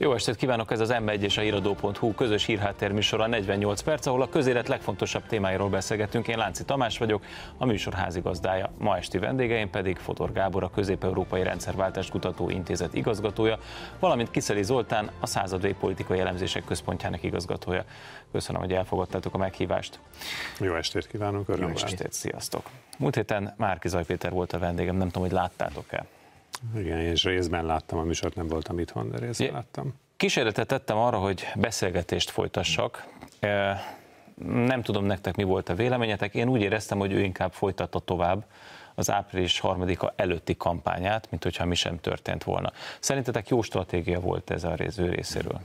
Jó estét kívánok, ez az M1 és a Híradó.hu közös hírháttér műsora 48 perc, ahol a közélet legfontosabb témáiról beszélgetünk. Én Lánci Tamás vagyok, a műsor házigazdája. Ma esti vendégeim pedig Fodor Gábor, a Közép-Európai Rendszerváltást Kutató Intézet igazgatója, valamint Kiszeli Zoltán, a Századvég Politikai Elemzések Központjának igazgatója. Köszönöm, hogy elfogadtátok a meghívást. Jó estét kívánunk, örömmel. Jó estét, sziasztok. Múlt héten Márki-Zay Péter volt a vendégem, nem tudom, hogy láttátok-e. Igen, én is részben láttam a műsort, nem voltam itthon, de részben láttam. Kísérletet tettem arra, hogy beszélgetést folytassak. Nem tudom nektek mi volt a véleményetek, én úgy éreztem, hogy ő inkább folytatta tovább az április 3-a előtti kampányát, mint hogyha mi sem történt volna. Szerintetek jó stratégia volt ez a ő részéről?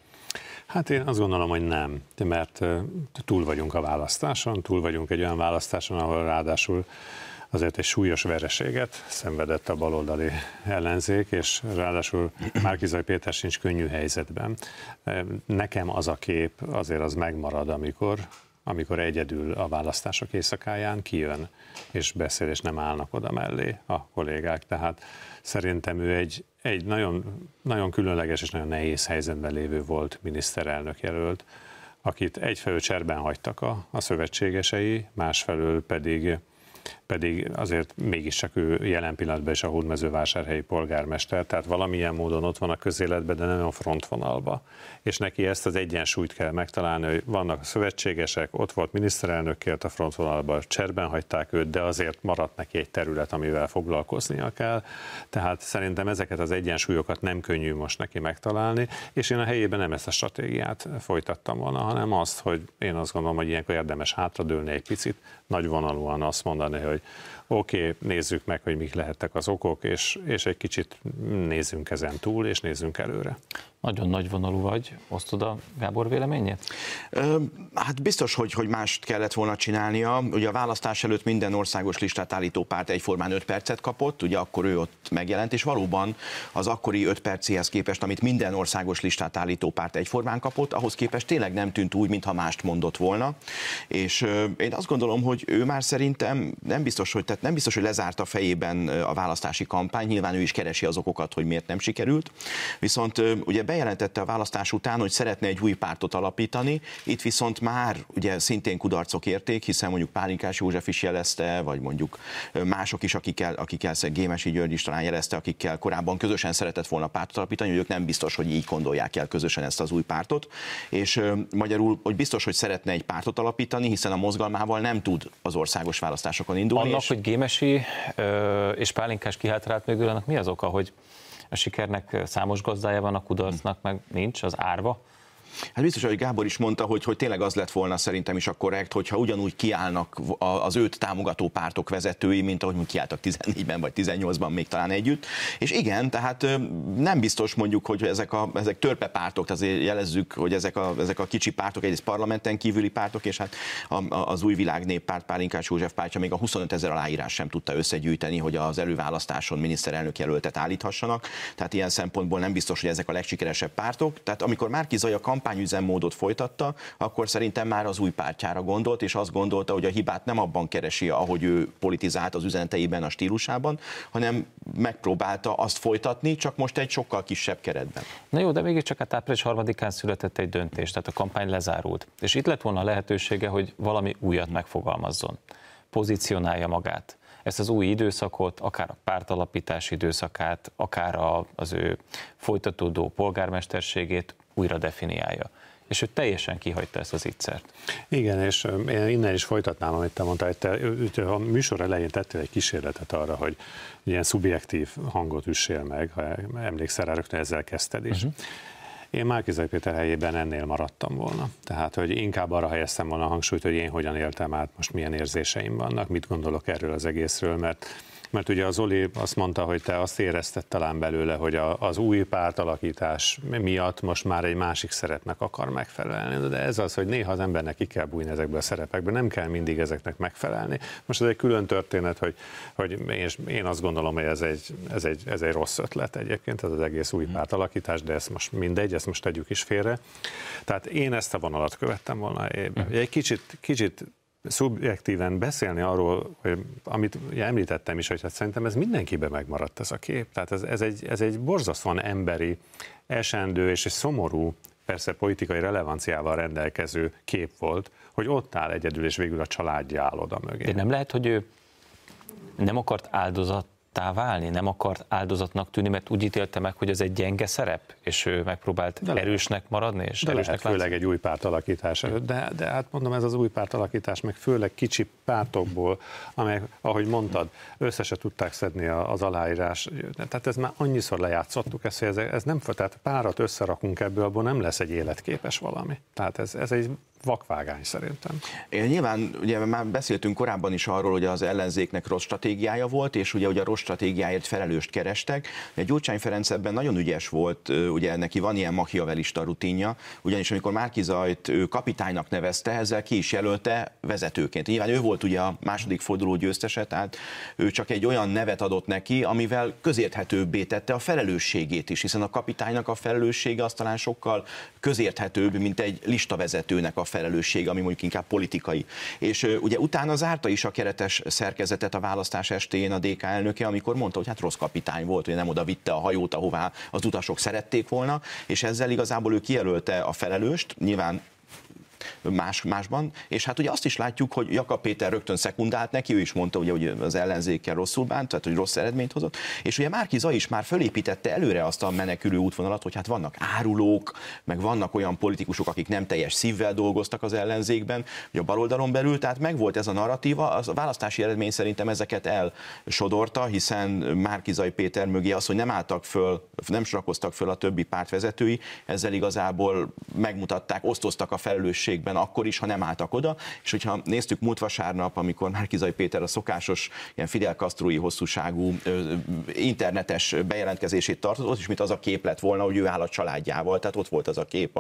Hát én azt gondolom, hogy nem, mert túl vagyunk a választáson, túl vagyunk egy olyan választáson, ahol ráadásul azért egy súlyos vereséget szenvedett a baloldali ellenzék, és ráadásul Márki-Zay Péter sincs könnyű helyzetben. Nekem az a kép azért az megmarad, amikor egyedül a választások éjszakáján kijön és beszél, és nem állnak oda mellé a kollégák. Tehát szerintem ő egy nagyon, nagyon különleges és nagyon nehéz helyzetben lévő volt miniszterelnök jelölt, akit egyfelől cserben hagytak a szövetségesei, másfelől pedig azért mégiscsak ő jelen pillanatban is a hódmezővásárhelyi polgármester, tehát valamilyen módon ott van a közéletben, de nem a frontvonalba. És neki ezt az egyensúlyt kell megtalálni, hogy vannak szövetségesek, ott volt miniszterelnökként a frontvonalban, cserben hagyták őt, de azért maradt neki egy terület, amivel foglalkoznia kell. Tehát szerintem ezeket az egyensúlyokat nem könnyű most neki megtalálni, és én a helyében nem ezt a stratégiát folytattam volna, hanem azt, hogy én azt gondolom, hogy ilyenkor érdemes hátradőlni egy picit, nagyvonalúan azt mondani, hogy oké, nézzük meg, hogy mik lehettek az okok, és egy kicsit nézzünk ezen túl, és nézzünk előre. Nagyon nagyvonalú vagy. Osztod a Gábor véleményét? Hát biztos, hogy mást kellett volna csinálnia. Ugye a választás előtt minden országos listát állító párt egyformán 5 percet kapott, ugye akkor ő ott megjelent, és valóban az akkori 5 percéhez képest, amit minden országos listát állító párt egyformán kapott, ahhoz képest tényleg nem tűnt úgy, mintha mást mondott volna. És én azt gondolom, hogy ő már szerintem nem biztos, hogy lezárta fejében a választási kampány, nyilván ő is keresi az okokat, hogy miért nem sikerült. Viszont ugye bejelentette a választás után, hogy szeretne egy új pártot alapítani, itt viszont már ugye szintén kudarcok érték, hiszen mondjuk Pálinkás József is jelezte, vagy mondjuk mások is, akikkel Gémesi György is talán jelezte, akikkel korábban közösen szeretett volna pártot alapítani, hogy ők nem biztos, hogy így gondolják el közösen ezt az új pártot, és magyarul, hogy biztos, hogy szeretne egy pártot alapítani, hiszen a mozgalmával nem tud az országos választásokon indulni. Annak, hogy Gémesi és Pálinkás kihátrált mögül, annak mi az oka, hogy a sikernek számos gazdája van, a kudarcnak meg nincs, az árva? Hát biztos, hogy Gábor is mondta, hogy tényleg az lett volna szerintem is a korrekt, hogyha ugyanúgy kiállnak az őt támogató pártok vezetői, mint ahogy kiálltak 14-ben vagy 18-ban még talán együtt. És igen, tehát nem biztos mondjuk, hogy ezek törpepártok, tehát azért jelezzük, hogy ezek a kicsi pártok, egyrészt parlamenten kívüli pártok, és hát az Új Világ Néppárt, Pálinkás József pártja még a 25 000 aláírás sem tudta összegyűjteni, hogy az előválasztáson miniszterelnök jelöltet állíthassanak. Tehát ilyen szempontból nem biztos, hogy ezek a legsikeresebb pártok. Tehát amikor Márki-Zay a kampányüzemmódot folytatta, akkor szerintem már az új pártjára gondolt, és azt gondolta, hogy a hibát nem abban keresi, ahogy ő politizált az üzeneteiben, a stílusában, hanem megpróbálta azt folytatni, csak most egy sokkal kisebb keretben. Na jó, de mégiscsak hát április 3-án született egy döntés, tehát a kampány lezárult. És itt lett volna a lehetősége, hogy valami újat megfogalmazzon, pozícionálja magát. Ezt az új időszakot, akár a pártalapítás időszakát, akár az ő folytatódó polgármesterségét újra definiálja. És ő teljesen kihagyta ezt az ígyszert. Igen, és én innen is folytatnám, amit te mondtál, hogy te a műsor elején tettél egy kísérletet arra, hogy ilyen szubjektív hangot üssél meg, ha emlékszel rá, rögtön ezzel kezdted is. Én Márki-Zay Péter helyében ennél maradtam volna. Tehát, hogy inkább arra helyeztem volna a hangsúlyt, hogy én hogyan éltem át, most milyen érzéseim vannak, mit gondolok erről az egészről, mert ugye az Zoli azt mondta, hogy te azt érezted talán belőle, hogy az új pártalakítás miatt most már egy másik szerepnek akar megfelelni. De ez az, hogy néha az embernek ki kell bújni ezekbe a szerepekbe, nem kell mindig ezeknek megfelelni. Most ez egy külön történet, hogy én azt gondolom, hogy ez egy rossz ötlet egyébként, ez az egész új pártalakítás, de ez most mindegy, ezt most tegyük is félre. Tehát én ezt a vonalat követtem volna. Egy kicsit szubjektíven beszélni arról, amit említettem is, hogy hát szerintem ez mindenkiben megmaradt ez a kép. Tehát ez egy borzasztóan emberi, esendő és egy szomorú, persze politikai relevanciával rendelkező kép volt, hogy ott áll egyedül, és végül a családja áll oda mögé. De nem lehet, hogy ő nem akart áldozattá válni, nem akart áldozatnak tűnni, mert úgy ítélte meg, hogy ez egy gyenge szerep, és ő megpróbált erősnek maradni, és de erősnek lehet, főleg egy új párt alakítás előtt. De hát mondom, ez az új párt alakítás, meg főleg kicsi pártokból, amelyek, ahogy mondtad, össze se tudták szedni az aláírás. Tehát ez már annyiszor lejátszottuk ezt, hogy ez nem, tehát párat összerakunk ebből, abból nem lesz egy életképes valami. Tehát ez egy vakvágány szerintem. Nyilván ugye már beszéltünk korábban is arról, hogy az ellenzéknek rossz stratégiája volt, és ugye a rossz stratégiáért felelőst kerestek. Gyurcsány Ferenc ebben nagyon ügyes volt, ugye neki van ilyen machiavellista rutinja, ugyanis amikor Márki-Zajt ő kapitánynak nevezte, ezzel ki is jelölte vezetőként. Nyilván ő volt ugye a második forduló győztese, tehát ő csak egy olyan nevet adott neki, amivel közérthetőbbé tette a felelősségét is, hiszen a kapitánynak a felelőssége az talán sokkal közérthetőbb, mint egy listavezetőnek a felelőssége, ami mondjuk inkább politikai. És ugye utána zárta is a keretes szerkezetet a választás estéjén a DK elnöke, amikor mondta, hogy hát rossz kapitány volt, hogy nem oda vitte a hajót, ahová az utasok szerették volna, és ezzel igazából ő kijelölte a felelőst, nyilván másban, és hát ugye azt is látjuk, hogy Jakab Péter rögtön szekundált neki, ő is mondta, ugye, hogy az ellenzékkel rosszul bánt, tehát hogy rossz eredményt hozott, és ugye Márki-Zay is már fölépítette előre azt a menekülő útvonalat, hogy hát vannak árulók, meg vannak olyan politikusok, akik nem teljes szívvel dolgoztak az ellenzékben, ugye a baloldalon belül, tehát megvolt ez a narratíva, a választási eredmény szerintem ezeket elsodorta, hiszen Márki-Zay Péter mögé az, hogy nem álltak föl, nem sorakoztak föl a többi párt vezetői, ezzel igazából megmutatták, osztoztak a felelősségben akkor is, ha nem álltak oda, és hogyha néztük múlt vasárnap, amikor Márki-Zay Péter a szokásos ilyen Fidel Castrói hosszúságú internetes bejelentkezését tartott, ott is mint az a kép lett volna, hogy ő áll a családjával, tehát ott volt az a kép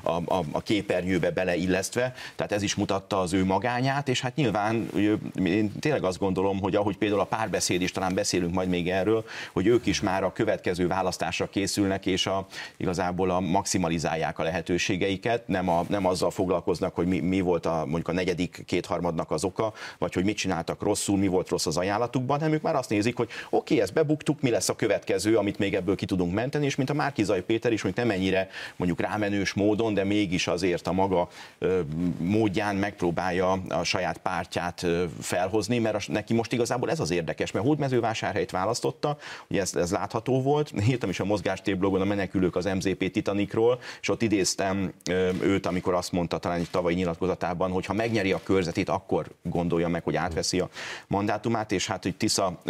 a képernyőbe beleillesztve, tehát ez is mutatta az ő magányát, és hát nyilván én tényleg azt gondolom, hogy ahogy például a Párbeszéd is, talán beszélünk majd még erről, hogy ők is már a következő választásra készülnek, és igazából maximalizálják a lehetőségeiket, nem azzal foglalkoznak, hogy mi volt mondjuk a negyedik kétharmadnak az oka, vagy hogy mit csináltak rosszul, mi volt rossz az ajánlatukban, hanem ők már azt nézik, hogy oké, ezt bebuktuk, mi lesz a következő, amit még ebből ki tudunk menteni, és mint a Márki-Zay Péter is, mondjuk nem ennyire mondjuk rámenős módon, de mégis azért a maga módján megpróbálja a saját pártját felhozni, mert neki most igazából ez az érdekes, mert Hódmezővásárhelyt választotta, ugye ez látható volt, írtam is a Mozgástér blogon a Menekülők az MZP Titanicról, és ott idéztem őt, amikor azt mondta talán egy tavalyi nyilatkozatában, hogy ha megnyeri a körzetét, akkor gondolja meg, hogy átveszi a mandátumát, és hát, hogy Tisza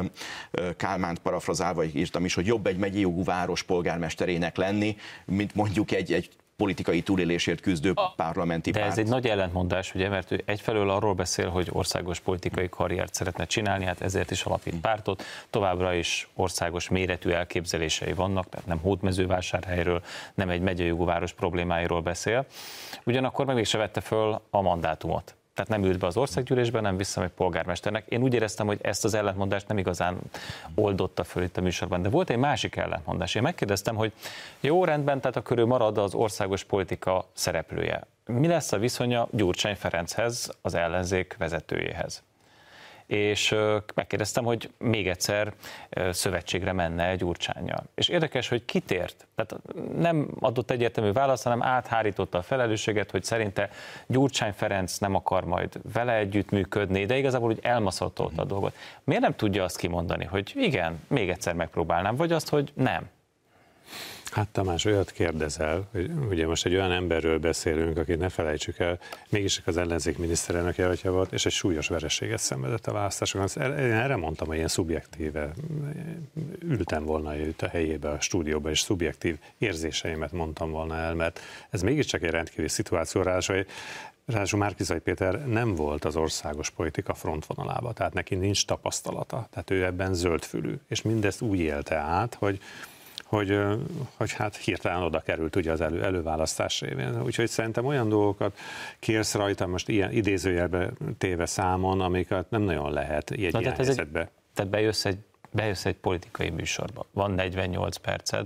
Kálmánt parafrazálva írtam is, hogy jobb egy megyei jogú város polgármesterének lenni, mint mondjuk egy politikai túlélésért küzdő parlamenti párt. De ez egy nagy ellentmondás, ugye, mert ő egyfelől arról beszél, hogy országos politikai karriert szeretne csinálni, hát ezért is alapít pártot, továbbra is országos méretű elképzelései vannak, tehát nem Hódmezővásárhelyről, nem egy megyei jogú város problémáiról beszél. Ugyanakkor meg mégse vette föl a mandátumot. Tehát nem ült be az országgyűlésben, nem vissza meg polgármesternek. Én úgy éreztem, hogy ezt az ellentmondást nem igazán oldotta föl itt a műsorban. De volt egy másik ellentmondás. Én megkérdeztem, hogy jó, rendben, tehát akkor ő marad az országos politika szereplője. Mi lesz a viszonya Gyurcsány Ferenchez, az ellenzék vezetőjéhez? És megkérdeztem, hogy még egyszer szövetségre menne Gyurcsánnyal. És érdekes, hogy kitért. Tehát nem adott egyértelmű választ, hanem áthárította a felelősséget, hogy szerinte Gyurcsány Ferenc nem akar majd vele együttműködni, de igazából úgy elmaszatolta a dolgot. Miért nem tudja azt kimondani, hogy igen, még egyszer megpróbálnám, vagy azt, hogy nem? Hát Tamás, olyat kérdezel, hogy ugye most egy olyan emberről beszélünk, akit ne felejtsük el, mégis az ellenzék miniszterelnök jelöltje volt, és egy súlyos vereséget szenvedett a választásokon. Én erre mondtam, hogy ilyen szubjektíve ültem volna itt a helyébe, a stúdióba, és szubjektív érzéseimet mondtam volna el, mert ez mégiscsak egy rendkívüli szituáció, ráadásul Márki-Zay Péter nem volt az országos politika frontvonalában, tehát neki nincs tapasztalata, tehát ő ebben zöldfülű, és mindezt úgy élte át, hogy hát hirtelen oda került ugye az előválasztás révén. Úgyhogy szerintem olyan dolgokat kérsz rajta, most ilyen idézőjelbe téve számon, amiket nem nagyon lehet ilyen helyzetbe. Tehát bejössz egy politikai műsorba, van 48 perced,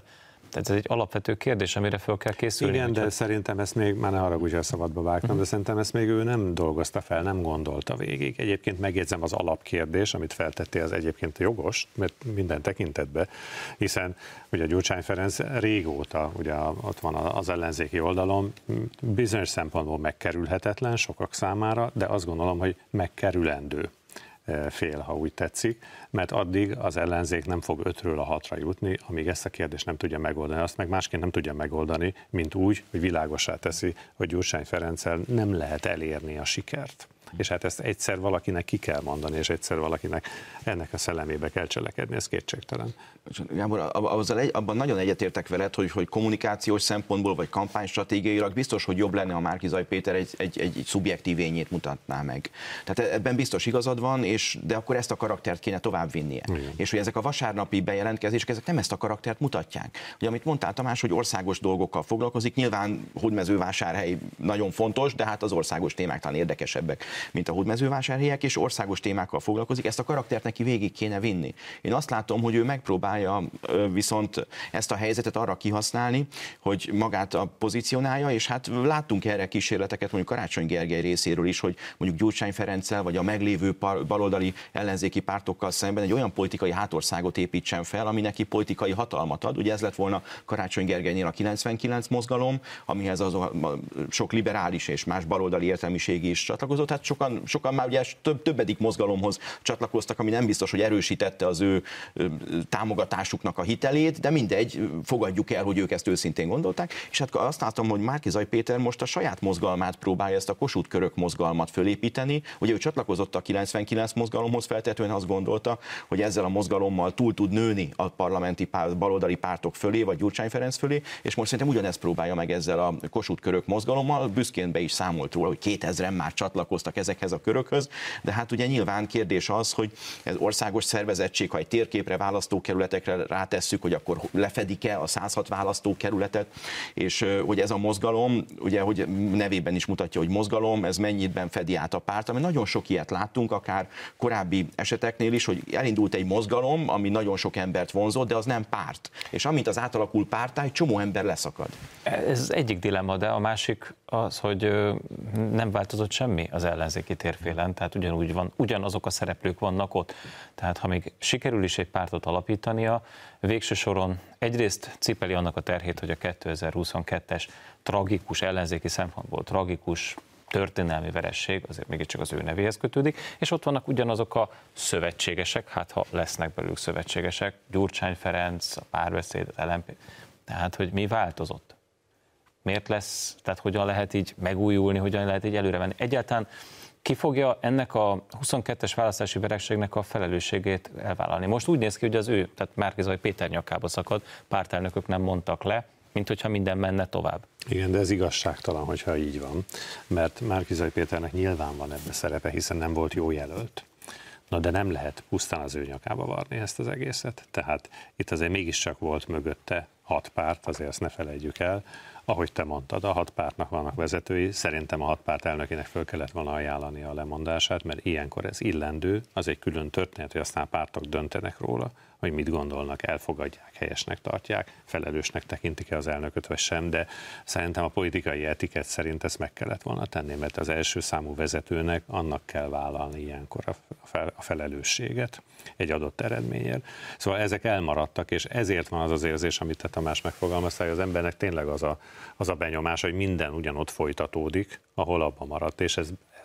Tehát ez egy alapvető kérdés, amire fel kell készülni. Igen, de szerintem ezt még, már ne haragudj, hogy szabadba vágtam, de szerintem ezt még ő nem dolgozta fel, nem gondolta végig. Egyébként megjegyzem, az alapkérdés, amit feltettél, az egyébként jogos, mert minden tekintetben, hiszen ugye Gyurcsány Ferenc régóta ugye ott van az ellenzéki oldalon, bizonyos szempontból megkerülhetetlen sokak számára, de azt gondolom, hogy megkerülendő fél, ha úgy tetszik, mert addig az ellenzék nem fog 5-ről a 6-ra jutni, amíg ezt a kérdést nem tudja megoldani. Azt meg másként nem tudja megoldani, mint úgy, hogy világossá teszi, hogy Gyurcsány Ferenccel nem lehet elérni a sikert. És hát ezt egyszer valakinek ki kell mondani, és egyszer valakinek ennek a szellemébe kell cselekedni, ez kétségtelen. Gábor, abban nagyon egyetértek veled, hogy kommunikációs szempontból, vagy kampánystratégiailag biztos, hogy jobb lenne, ha Márki-Zay Péter egy szubjektív ényét mutatná meg. Tehát ebben biztos igazad van, de akkor ezt a karaktert kéne tovább vinnie. Igen. És hogy ezek a vasárnapi bejelentkezések, ezek nem ezt a karaktert mutatják. Ugye, amit mondtál, Tamás, hogy országos dolgokkal foglalkozik, nyilván Hódmezővásárhely nagyon fontos, de hát az országos témák talán érdekesebbek, mint a hódmezővásárhelyek, és országos témákkal foglalkozik, ezt a karaktert neki végig kéne vinni. Én azt látom, hogy ő megpróbálja viszont ezt a helyzetet arra kihasználni, hogy magát a pozícionálja, és hát láttunk erre kísérleteket mondjuk Karácsony Gergely részéről is, hogy mondjuk Gyurcsány Ferenccel, vagy a meglévő baloldali ellenzéki pártokkal szemben egy olyan politikai hátországot építsen fel, ami neki politikai hatalmat ad. Ugye ez lett volna Karácsony Gergelynél a 99 mozgalom, amihez az sok liberális és más baloldali értelmiségi is csatlakozott. Hát sokan már ugye többedik mozgalomhoz csatlakoztak, ami nem biztos, hogy erősítette az ő támogatásuknak a hitelét, de mindegy, fogadjuk el, hogy ők ezt őszintén gondolták, és hát azt látom, hogy Márki-Zay Péter most a saját mozgalmát próbálja, ezt a Kossuth-Körök mozgalmat fölépíteni. Ugye ő csatlakozott a 99 mozgalomhoz, feltétlenül azt gondolta, hogy ezzel a mozgalommal túl tud nőni a parlamenti baloldali pártok fölé, vagy Gyurcsány Ferenc fölé, és most szerintem ugyanezt próbálja meg ezzel a Kossuth-Körök mozgalommal, büszkén be is számolt róla, hogy 2000-en már csatlakoztak ezekhez a körökhöz, de hát ugye nyilván kérdés az, hogy ez országos szervezettség, ha egy térképre, választókerületekre rátesszük, hogy akkor lefedik-e a 106 választókerületet, és hogy ez a mozgalom, ugye, hogy nevében is mutatja, hogy mozgalom, ez mennyiben fedi át a párt, ami nagyon sok ilyet láttunk, akár korábbi eseteknél is, hogy elindult egy mozgalom, ami nagyon sok embert vonzott, de az nem párt. És amint az átalakul párttá, egy csomó ember leszakad. Ez az egyik dilemma, de a másik az, hogy nem változott semmi az ellenzéki térfélen, tehát ugyanúgy van, ugyanazok a szereplők vannak ott. Tehát ha még sikerül is egy pártot alapítania, végső soron egyrészt cipeli annak a terhét, hogy a 2022-es tragikus, ellenzéki szempontból tragikus történelmi veresség, azért mégiscsak az ő nevéhez kötődik, és ott vannak ugyanazok a szövetségesek, hát ha lesznek belőlük szövetségesek, Gyurcsány Ferenc, a Párbeszéd, az LMP. Tehát, hogy mi változott? Miért lesz, tehát hogyan lehet így megújulni, hogyan lehet így előre menni? Egyáltalán ki fogja ennek a 22-es választási vereségnek a felelősségét elvállalni? Most úgy néz ki, hogy az ő, tehát Márki-Zay Péter nyakába szakad, pártelnökök nem mondtak le, mint hogyha minden menne tovább. Igen, de ez igazságtalan, hogyha így van, mert Márki-Zay Péternek nyilván van ebbe szerepe, hiszen nem volt jó jelölt. Na de nem lehet pusztán az ő nyakába varni ezt az egészet, tehát itt azért mégiscsak volt mögötte 6 párt, azért ezt ne felejtjük el. Ahogy te mondtad, a 6 pártnak vannak vezetői, szerintem a 6 párt elnökének föl kellett volna ajánlani a lemondását, mert ilyenkor ez illendő, az egy külön történet, hogy aztán a pártok döntenek róla, hogy mit gondolnak, elfogadják, helyesnek tartják, felelősnek tekintik-e az elnököt vagy sem, de szerintem a politikai etikett szerint ezt meg kellett volna tenni, mert az első számú vezetőnek annak kell vállalni ilyenkor a felelősséget egy adott eredményért. Szóval ezek elmaradtak, és ezért van az az érzés, amit te Tamás megfogalmaztál, hogy az embernek tényleg az a benyomás, hogy minden ugyanott folytatódik, ahol abban maradt, és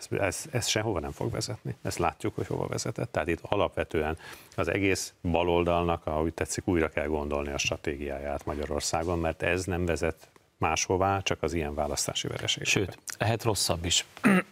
ez sehova nem fog vezetni. Ezt látjuk, hogy hova vezetett. Tehát itt alapvetően az egész baloldalnak, ahogy tetszik, újra kell gondolni a stratégiáját Magyarországon, mert ez nem vezet máshová, csak az ilyen választási vereségekbe. Sőt, lehet rosszabb is.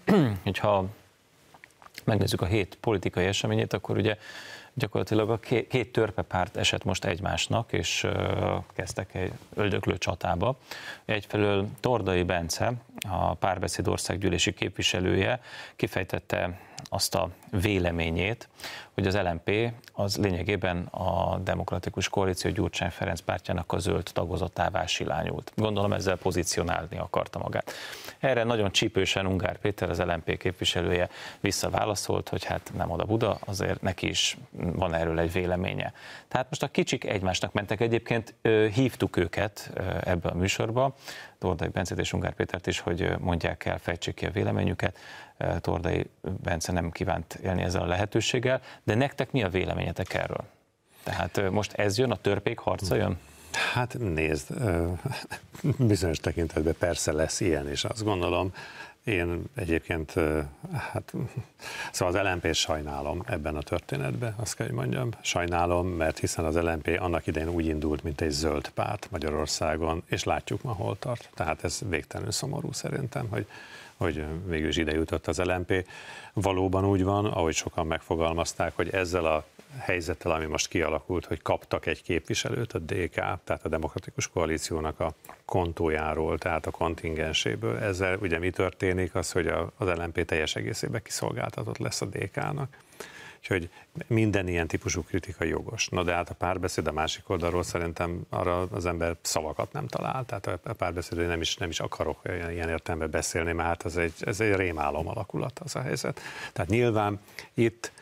Hogyha megnézzük a hét politikai eseményét, akkor ugye gyakorlatilag a két törpepárt esett most egymásnak, és kezdtek egy öldöklő csatába. Egyfelől Tordai Bence, a Párbeszéd országgyűlési képviselője kifejtette azt a véleményét, hogy hogy az LMP az lényegében a Demokratikus Koalíció Gyurcsány Ferenc pártjának a zöld tagozattává silányult. Gondolom ezzel pozícionálni akarta magát. Erre nagyon csípősen Ungár Péter, az LMP képviselője visszaválaszolt, hogy hát nem oda Buda, azért neki is van erről egy véleménye. Tehát most a kicsik egymásnak mentek. Egyébként hívtuk őket ebbe a műsorba, Tordai Bencét és Ungár Pétert is, hogy mondják el, fejtsék ki a véleményüket. Tordai Bence nem kívánt élni ezzel a lehetőséggel, de nektek mi a véleményetek erről? Tehát most ez jön, a törpék harca jön? Hát nézd, bizonyos tekintetben persze lesz ilyen is, azt gondolom. Én egyébként, hát, szóval az LMP-t sajnálom ebben a történetben, azt kell, hogy mondjam. Sajnálom, mert hiszen az LMP annak idején úgy indult, mint egy zöld párt Magyarországon, és látjuk ma hol tart. Tehát ez végtelenül szomorú szerintem, hogy végül is ide jutott az LMP. Valóban úgy van, ahogy sokan megfogalmazták, hogy ezzel a helyzettel, ami most kialakult, hogy kaptak egy képviselőt, a DK, tehát a Demokratikus Koalíciónak a kontójáról, tehát a kontingenséből. Ezzel ugye mi történik, az, hogy az LMP teljes egészében kiszolgáltatott lesz a DK-nak. Úgyhogy minden ilyen típusú kritika jogos. Na de hát a párbeszéd a másik oldalról szerintem arra az ember szavakat nem talál. Tehát a párbeszédről nem is akarok ilyen értelemben beszélni, mert hát ez egy rémálom alakulat az a helyzet. Tehát nyilván itt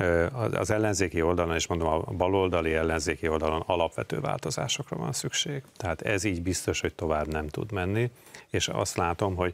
az ellenzéki oldalon, és mondom a baloldali ellenzéki oldalon alapvető változásokra van szükség. Tehát ez így biztos, hogy tovább nem tud menni, és azt látom, hogy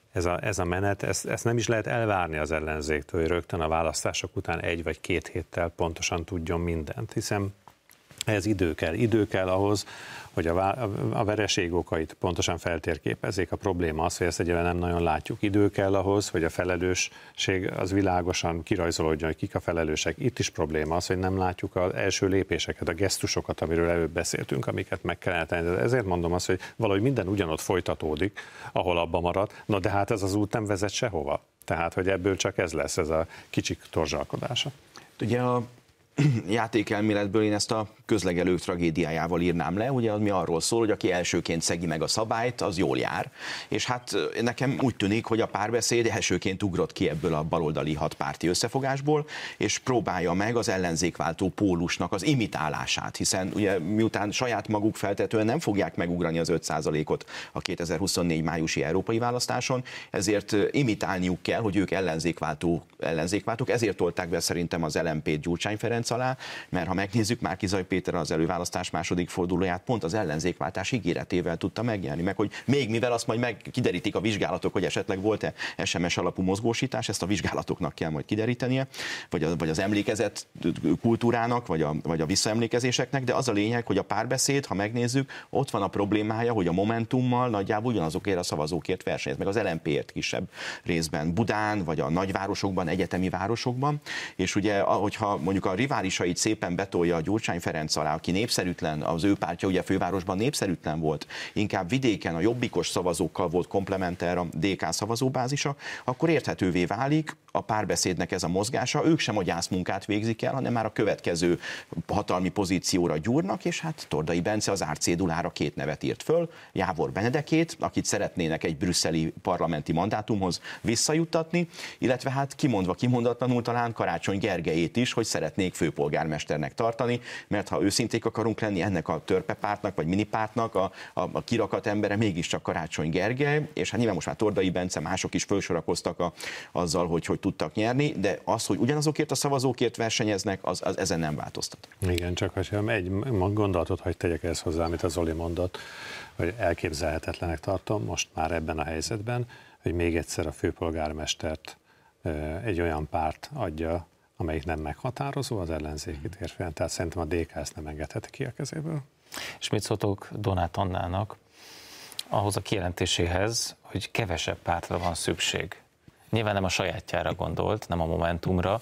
ez a menet, ezt nem is lehet elvárni az ellenzéktől, hogy rögtön a választások után 1 vagy 2 héttel pontosan tudjon mindent, hiszen ez idő kell ahhoz, hogy a vereség okait pontosan feltérképezzék. A probléma az, hogy ezt egyébként nem nagyon látjuk. Idő kell ahhoz, hogy a felelősség az világosan kirajzolódjon, hogy kik a felelősek. Itt is probléma az, hogy nem látjuk az első lépéseket, a gesztusokat, amiről előbb beszéltünk, amiket meg kellene tenni. Ezért mondom azt, hogy valahogy minden ugyanott folytatódik, ahol abba marad. Na de hát ez az út nem vezet sehova. Tehát, hogy ebből csak ez lesz, ez a kicsik torzsalkodása. Ugye a játékelméletből én ezt a közlegelők tragédiájával írnám le, ugye, ami arról szól, hogy aki elsőként szegi meg a szabályt, az jól jár. És hát nekem úgy tűnik, hogy a párbeszéd elsőként ugrott ki ebből a baloldali hatpárti összefogásból, és próbálja meg az ellenzékváltó pólusnak az imitálását, hiszen ugye miután saját maguk feltetően nem fogják megugrani az 5%-ot a 2024 májusi európai választáson, ezért imitálniuk kell, hogy ők ellenzékváltók, ezért tolták be szerintem az LMP-t Gyurcsány Ferenc alá, mert ha megnézzük, Márki-Zay Péter az előválasztás második fordulóját pont az ellenzékváltás ígéretével tudta megnyerni, meg hogy még mivel azt majd kiderítik a vizsgálatok, hogy esetleg volt-e SMS alapú mozgósítás, ezt a vizsgálatoknak kell majd kiderítenie, vagy az emlékezet kultúrának, vagy a visszaemlékezéseknek, de az a lényeg, hogy a párbeszéd, ha megnézzük, ott van a problémája, hogy a Momentummal nagyjából ugyanazokért a szavazókért versenyez, meg az LMP-ért kisebb részben Budán, vagy a nagyvárosokban, egyetemi városokban, és ugye, hogyha mondjuk a riválisait szépen betolja a Gyurcsány Ferenc alá, aki népszerűtlen, az ő pártja ugye fővárosban népszerűtlen volt, inkább vidéken a jobbikos szavazókkal volt komplementer a DK szavazóbázisa, akkor érthetővé válik a párbeszédnek ez a mozgása, ők sem a gyászmunkát végzik el, hanem már a következő hatalmi pozícióra gyúrnak, és hát Tordai Bence az árcédulára 2 nevet írt föl, Jávor Benedekét, akit szeretnének egy brüsszeli parlamenti mandátumhoz visszajuttatni, illetve hát kimondatlanul talán Karácsony Gergelyét is, hogy szeretnék főpolgármesternek tartani, mert ha őszinték akarunk lenni, ennek a törpepártnak vagy minipártnak a kirakat embere mégiscsak Karácsony Gergely, és hát nyilván most már Tordai Bence, mások is felsorakoztak azzal, hogy tudtak nyerni, de az, hogy ugyanazokért a szavazókért versenyeznek, az ezen nem változtat. Igen, csak hogy egy gondolatot hagy tegyek ehhez hozzá, amit az Zoli mondott, hogy elképzelhetetlenek tartom most már ebben a helyzetben, hogy még egyszer a főpolgármestert egy olyan párt adja, amelyik nem meghatározó az ellenzéki térfélen, tehát szerintem a DK ezt nem engedheti ki a kezéből. És mit szóltok Donát Annának ahhoz a kijelentéséhez, hogy kevesebb pártra van szükség? Nyilván nem a sajátjára gondolt, nem a Momentumra.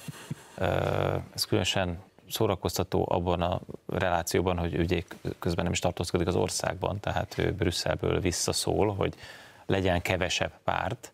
Ez különösen szórakoztató abban a relációban, hogy ugye közben nem is tartózkodik az országban, tehát ő Brüsszelből visszaszól, hogy legyen kevesebb párt.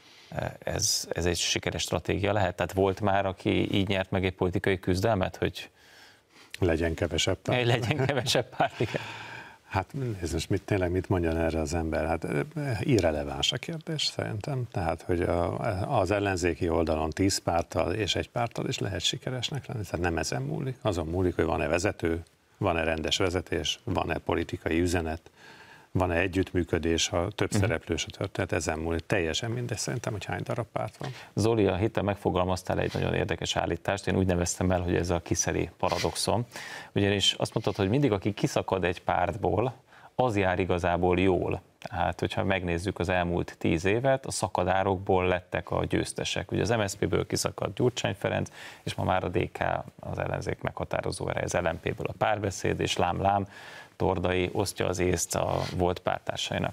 Ez egy sikeres stratégia lehet? Tehát volt már, aki így nyert meg egy politikai küzdelmet, hogy legyen kevesebb párt. Legyen kevesebb párt, igen. Hát nézd, most tényleg mit mondjon erre az ember? Hát irreleváns a kérdés szerintem. Tehát, hogy az ellenzéki oldalon 10 párttal és egy párttal is lehet sikeresnek lenni. Tehát nem ezen múlik. Azon múlik, hogy van-e vezető, van-e rendes vezetés, van-e politikai üzenet, van-e együttműködés, ha több szereplős a történet, ezen múlik. Teljesen mindegy szerintem, hogy hány darab párt van. Zoli, a héten megfogalmaztál egy nagyon érdekes állítást, én úgy neveztem el, hogy ez a Kiszeli paradoxon. Ugyanis azt mondtad, hogy mindig, aki kiszakad egy pártból, az jár igazából jól. Tehát, hogyha megnézzük az elmúlt 10 évet, a szakadárokból lettek a győztesek. Ugye az MSZP-ből kiszakadt Gyurcsány Ferenc, és ma már a DK, az ellenzék meghatározó ereje, az LMP-ből a Párbeszéd, és lám-lám, Tordai osztja az észt a volt pártársainak.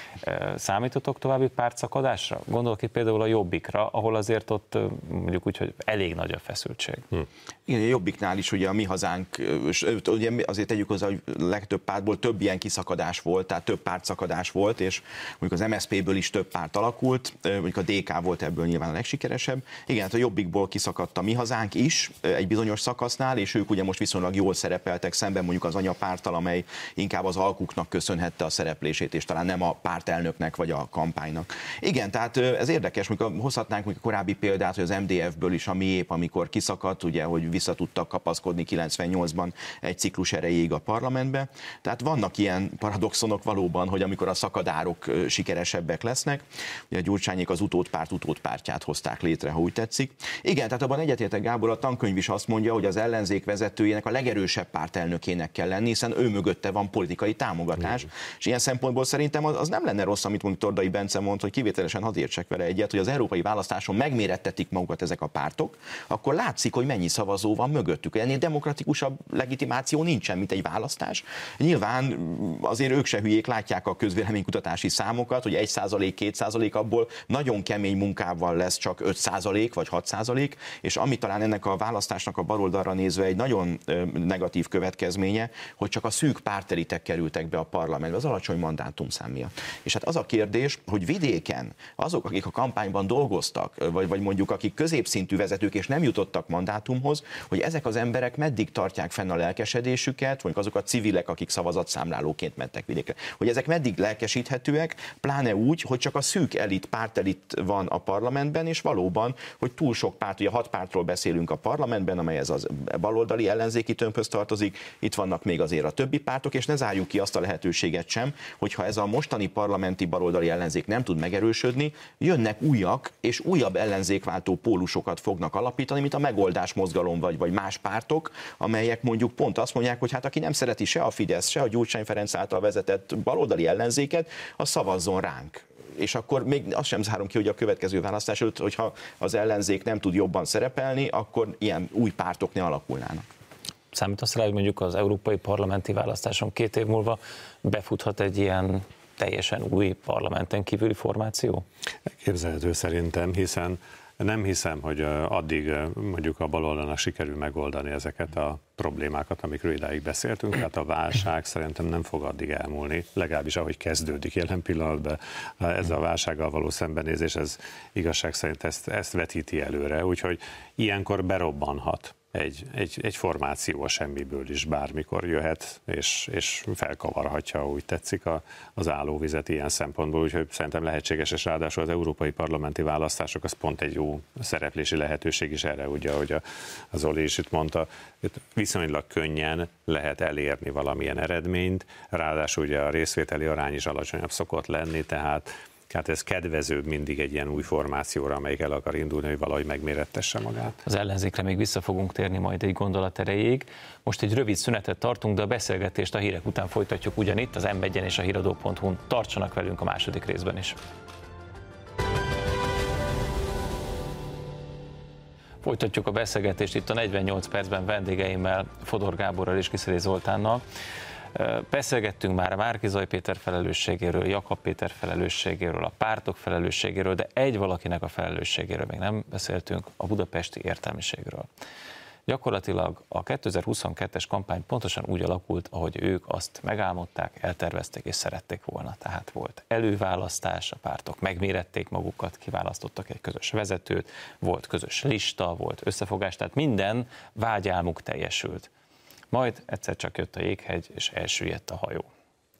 Számítotok további pártszakadásra? Gondolok itt például a Jobbikra, ahol azért ott mondjuk úgy, hogy elég nagy a feszültség. Igen, a Jobbiknál is ugye a Mi Hazánk, ugye azért tegyük hozzá, hogy legtöbb pártból több ilyen kiszakadás volt, tehát több pártszakadás volt, és mondjuk az MSZP-ből is több párt alakult, mondjuk a DK volt ebből nyilván a legsikeresebb. Igen, hát a Jobbikból kiszakadt a Mi Hazánk is egy bizonyos szakasznál, és ők ugye most viszonylag jól szerepeltek szemben mondjuk az anyapárttal, amely inkább az alkuknak köszönhette a szereplését, és talán nem a pártelnöknek vagy a kampánynak. Igen, tehát ez érdekes, amikor hozhatnánk a korábbi példát, hogy az MDF-ből is a Miép, amikor kiszakadt, ugye, hogy vissza tudtak kapaszkodni 98-ban egy ciklus erejéig a parlamentbe. Tehát vannak ilyen paradoxonok valóban, hogy amikor a szakadárok sikeresebbek lesznek, ugye a Gyurcsányék az utódpártját hozták létre, ha úgy tetszik. Igen, tehát abban egyetértek, Gábor, a tankönyv is azt mondja, hogy az ellenzék vezetőjének a legerősebb pártelnökének kell lenni, hiszen ő mögötte van politikai támogatás, és ilyen szempontból szerintem az nem lenne rossz, amit mondjuk Tordai Bence mond, hogy kivételesen hadd értsek vele egyet, hogy az európai választáson megmérettetik magukat ezek a pártok, akkor látszik, hogy mennyi szavazó van mögöttük. Ennél demokratikusabb legitimáció nincsen, mint egy választás. Nyilván azért ők se hülyék, látják a közvéleménykutatási számokat, hogy 1%, 2% abból nagyon kemény munkával lesz csak 5% vagy 6%, és ami talán ennek a választásnak a baloldalra nézve egy nagyon negatív következménye, hogy csak a szűk pártelitek kerültek be a parlamentbe az alacsony mandátumszám miatt. És hát az a kérdés, hogy vidéken azok, akik a kampányban dolgoztak, vagy mondjuk akik középszintű vezetők és nem jutottak mandátumhoz, hogy ezek az emberek meddig tartják fenn a lelkesedésüket, mondjuk azok a civilek, akik szavazatszámlálóként mentek vidékre, hogy ezek meddig lelkesíthetőek, pláne úgy, hogy csak a szűk elit, pártelit van a parlamentben, és valóban, hogy túl sok párt, ugye 6 pártról beszélünk a parlamentben, amely ez az baloldali ellenzéki tömbhöz tartozik, itt vannak még azért a többi pártok, és ne zárjuk ki azt a lehetőséget sem, hogyha ez a mostani parlamenti baloldali ellenzék nem tud megerősödni, jönnek újak, és újabb ellenzékváltó pólusokat fognak alapítani, mint a Megoldás mozgalom vagy más pártok, amelyek mondjuk pont azt mondják, hogy hát aki nem szereti se a Fidesz, se a Gyurcsány Ferenc által vezetett baloldali ellenzéket, az szavazzon ránk. És akkor még azt sem zárom ki, hogy a következő választás előtt, hogyha az ellenzék nem tud jobban szerepelni, akkor ilyen új pártok ne alakulnának. Számítasz rá, hogy mondjuk az európai parlamenti választáson 2 év múlva befuthat egy ilyen teljesen új parlamenten kívüli formáció? Képzelhető szerintem, hiszen nem hiszem, hogy addig mondjuk a baloldalnak sikerül megoldani ezeket a problémákat, amikről idáig beszéltünk, tehát a válság szerintem nem fog addig elmúlni, legalábbis ahogy kezdődik jelen pillanatban ez a válsággal való szembenézés, ez igazság szerint ezt vetíti előre, úgyhogy ilyenkor berobbanhat egy formáció a semmiből is bármikor jöhet, és felkavarhatja, úgy tetszik, az állóvizet ilyen szempontból, úgyhogy szerintem lehetséges, és ráadásul az európai parlamenti választások az pont egy jó szereplési lehetőség is erre, ugye, ahogy az Zoli is itt mondta, viszonylag könnyen lehet elérni valamilyen eredményt, ráadásul ugye a részvételi arány is alacsonyabb szokott lenni, tehát ez kedvezőbb mindig egy ilyen új formációra, amelyik el akar indulni, hogy valahogy megmérettesse magát. Az ellenzékre még vissza fogunk térni majd egy gondolat erejéig. Most egy rövid szünetet tartunk, de a beszélgetést a hírek után folytatjuk ugyanitt, az M1-en és a híradó.hu-n. Tartsanak velünk a második részben is. Folytatjuk a beszélgetést itt a 48 percben vendégeimmel, Fodor Gáborral és Kiszeli Zoltánnal. Beszélgettünk már a Márki-Zay Péter felelősségéről, Jakab Péter felelősségéről, a pártok felelősségéről, de egy valakinek a felelősségéről még nem beszéltünk, a budapesti értelmiségről. Gyakorlatilag a 2022-es kampány pontosan úgy alakult, ahogy ők azt megálmodták, eltervezték és szerették volna. Tehát volt előválasztás, a pártok megmérették magukat, kiválasztottak egy közös vezetőt, volt közös lista, volt összefogás, tehát minden vágyálmuk teljesült. Majd egyszer csak jött a jéghegy, és elsüllyedt a hajó.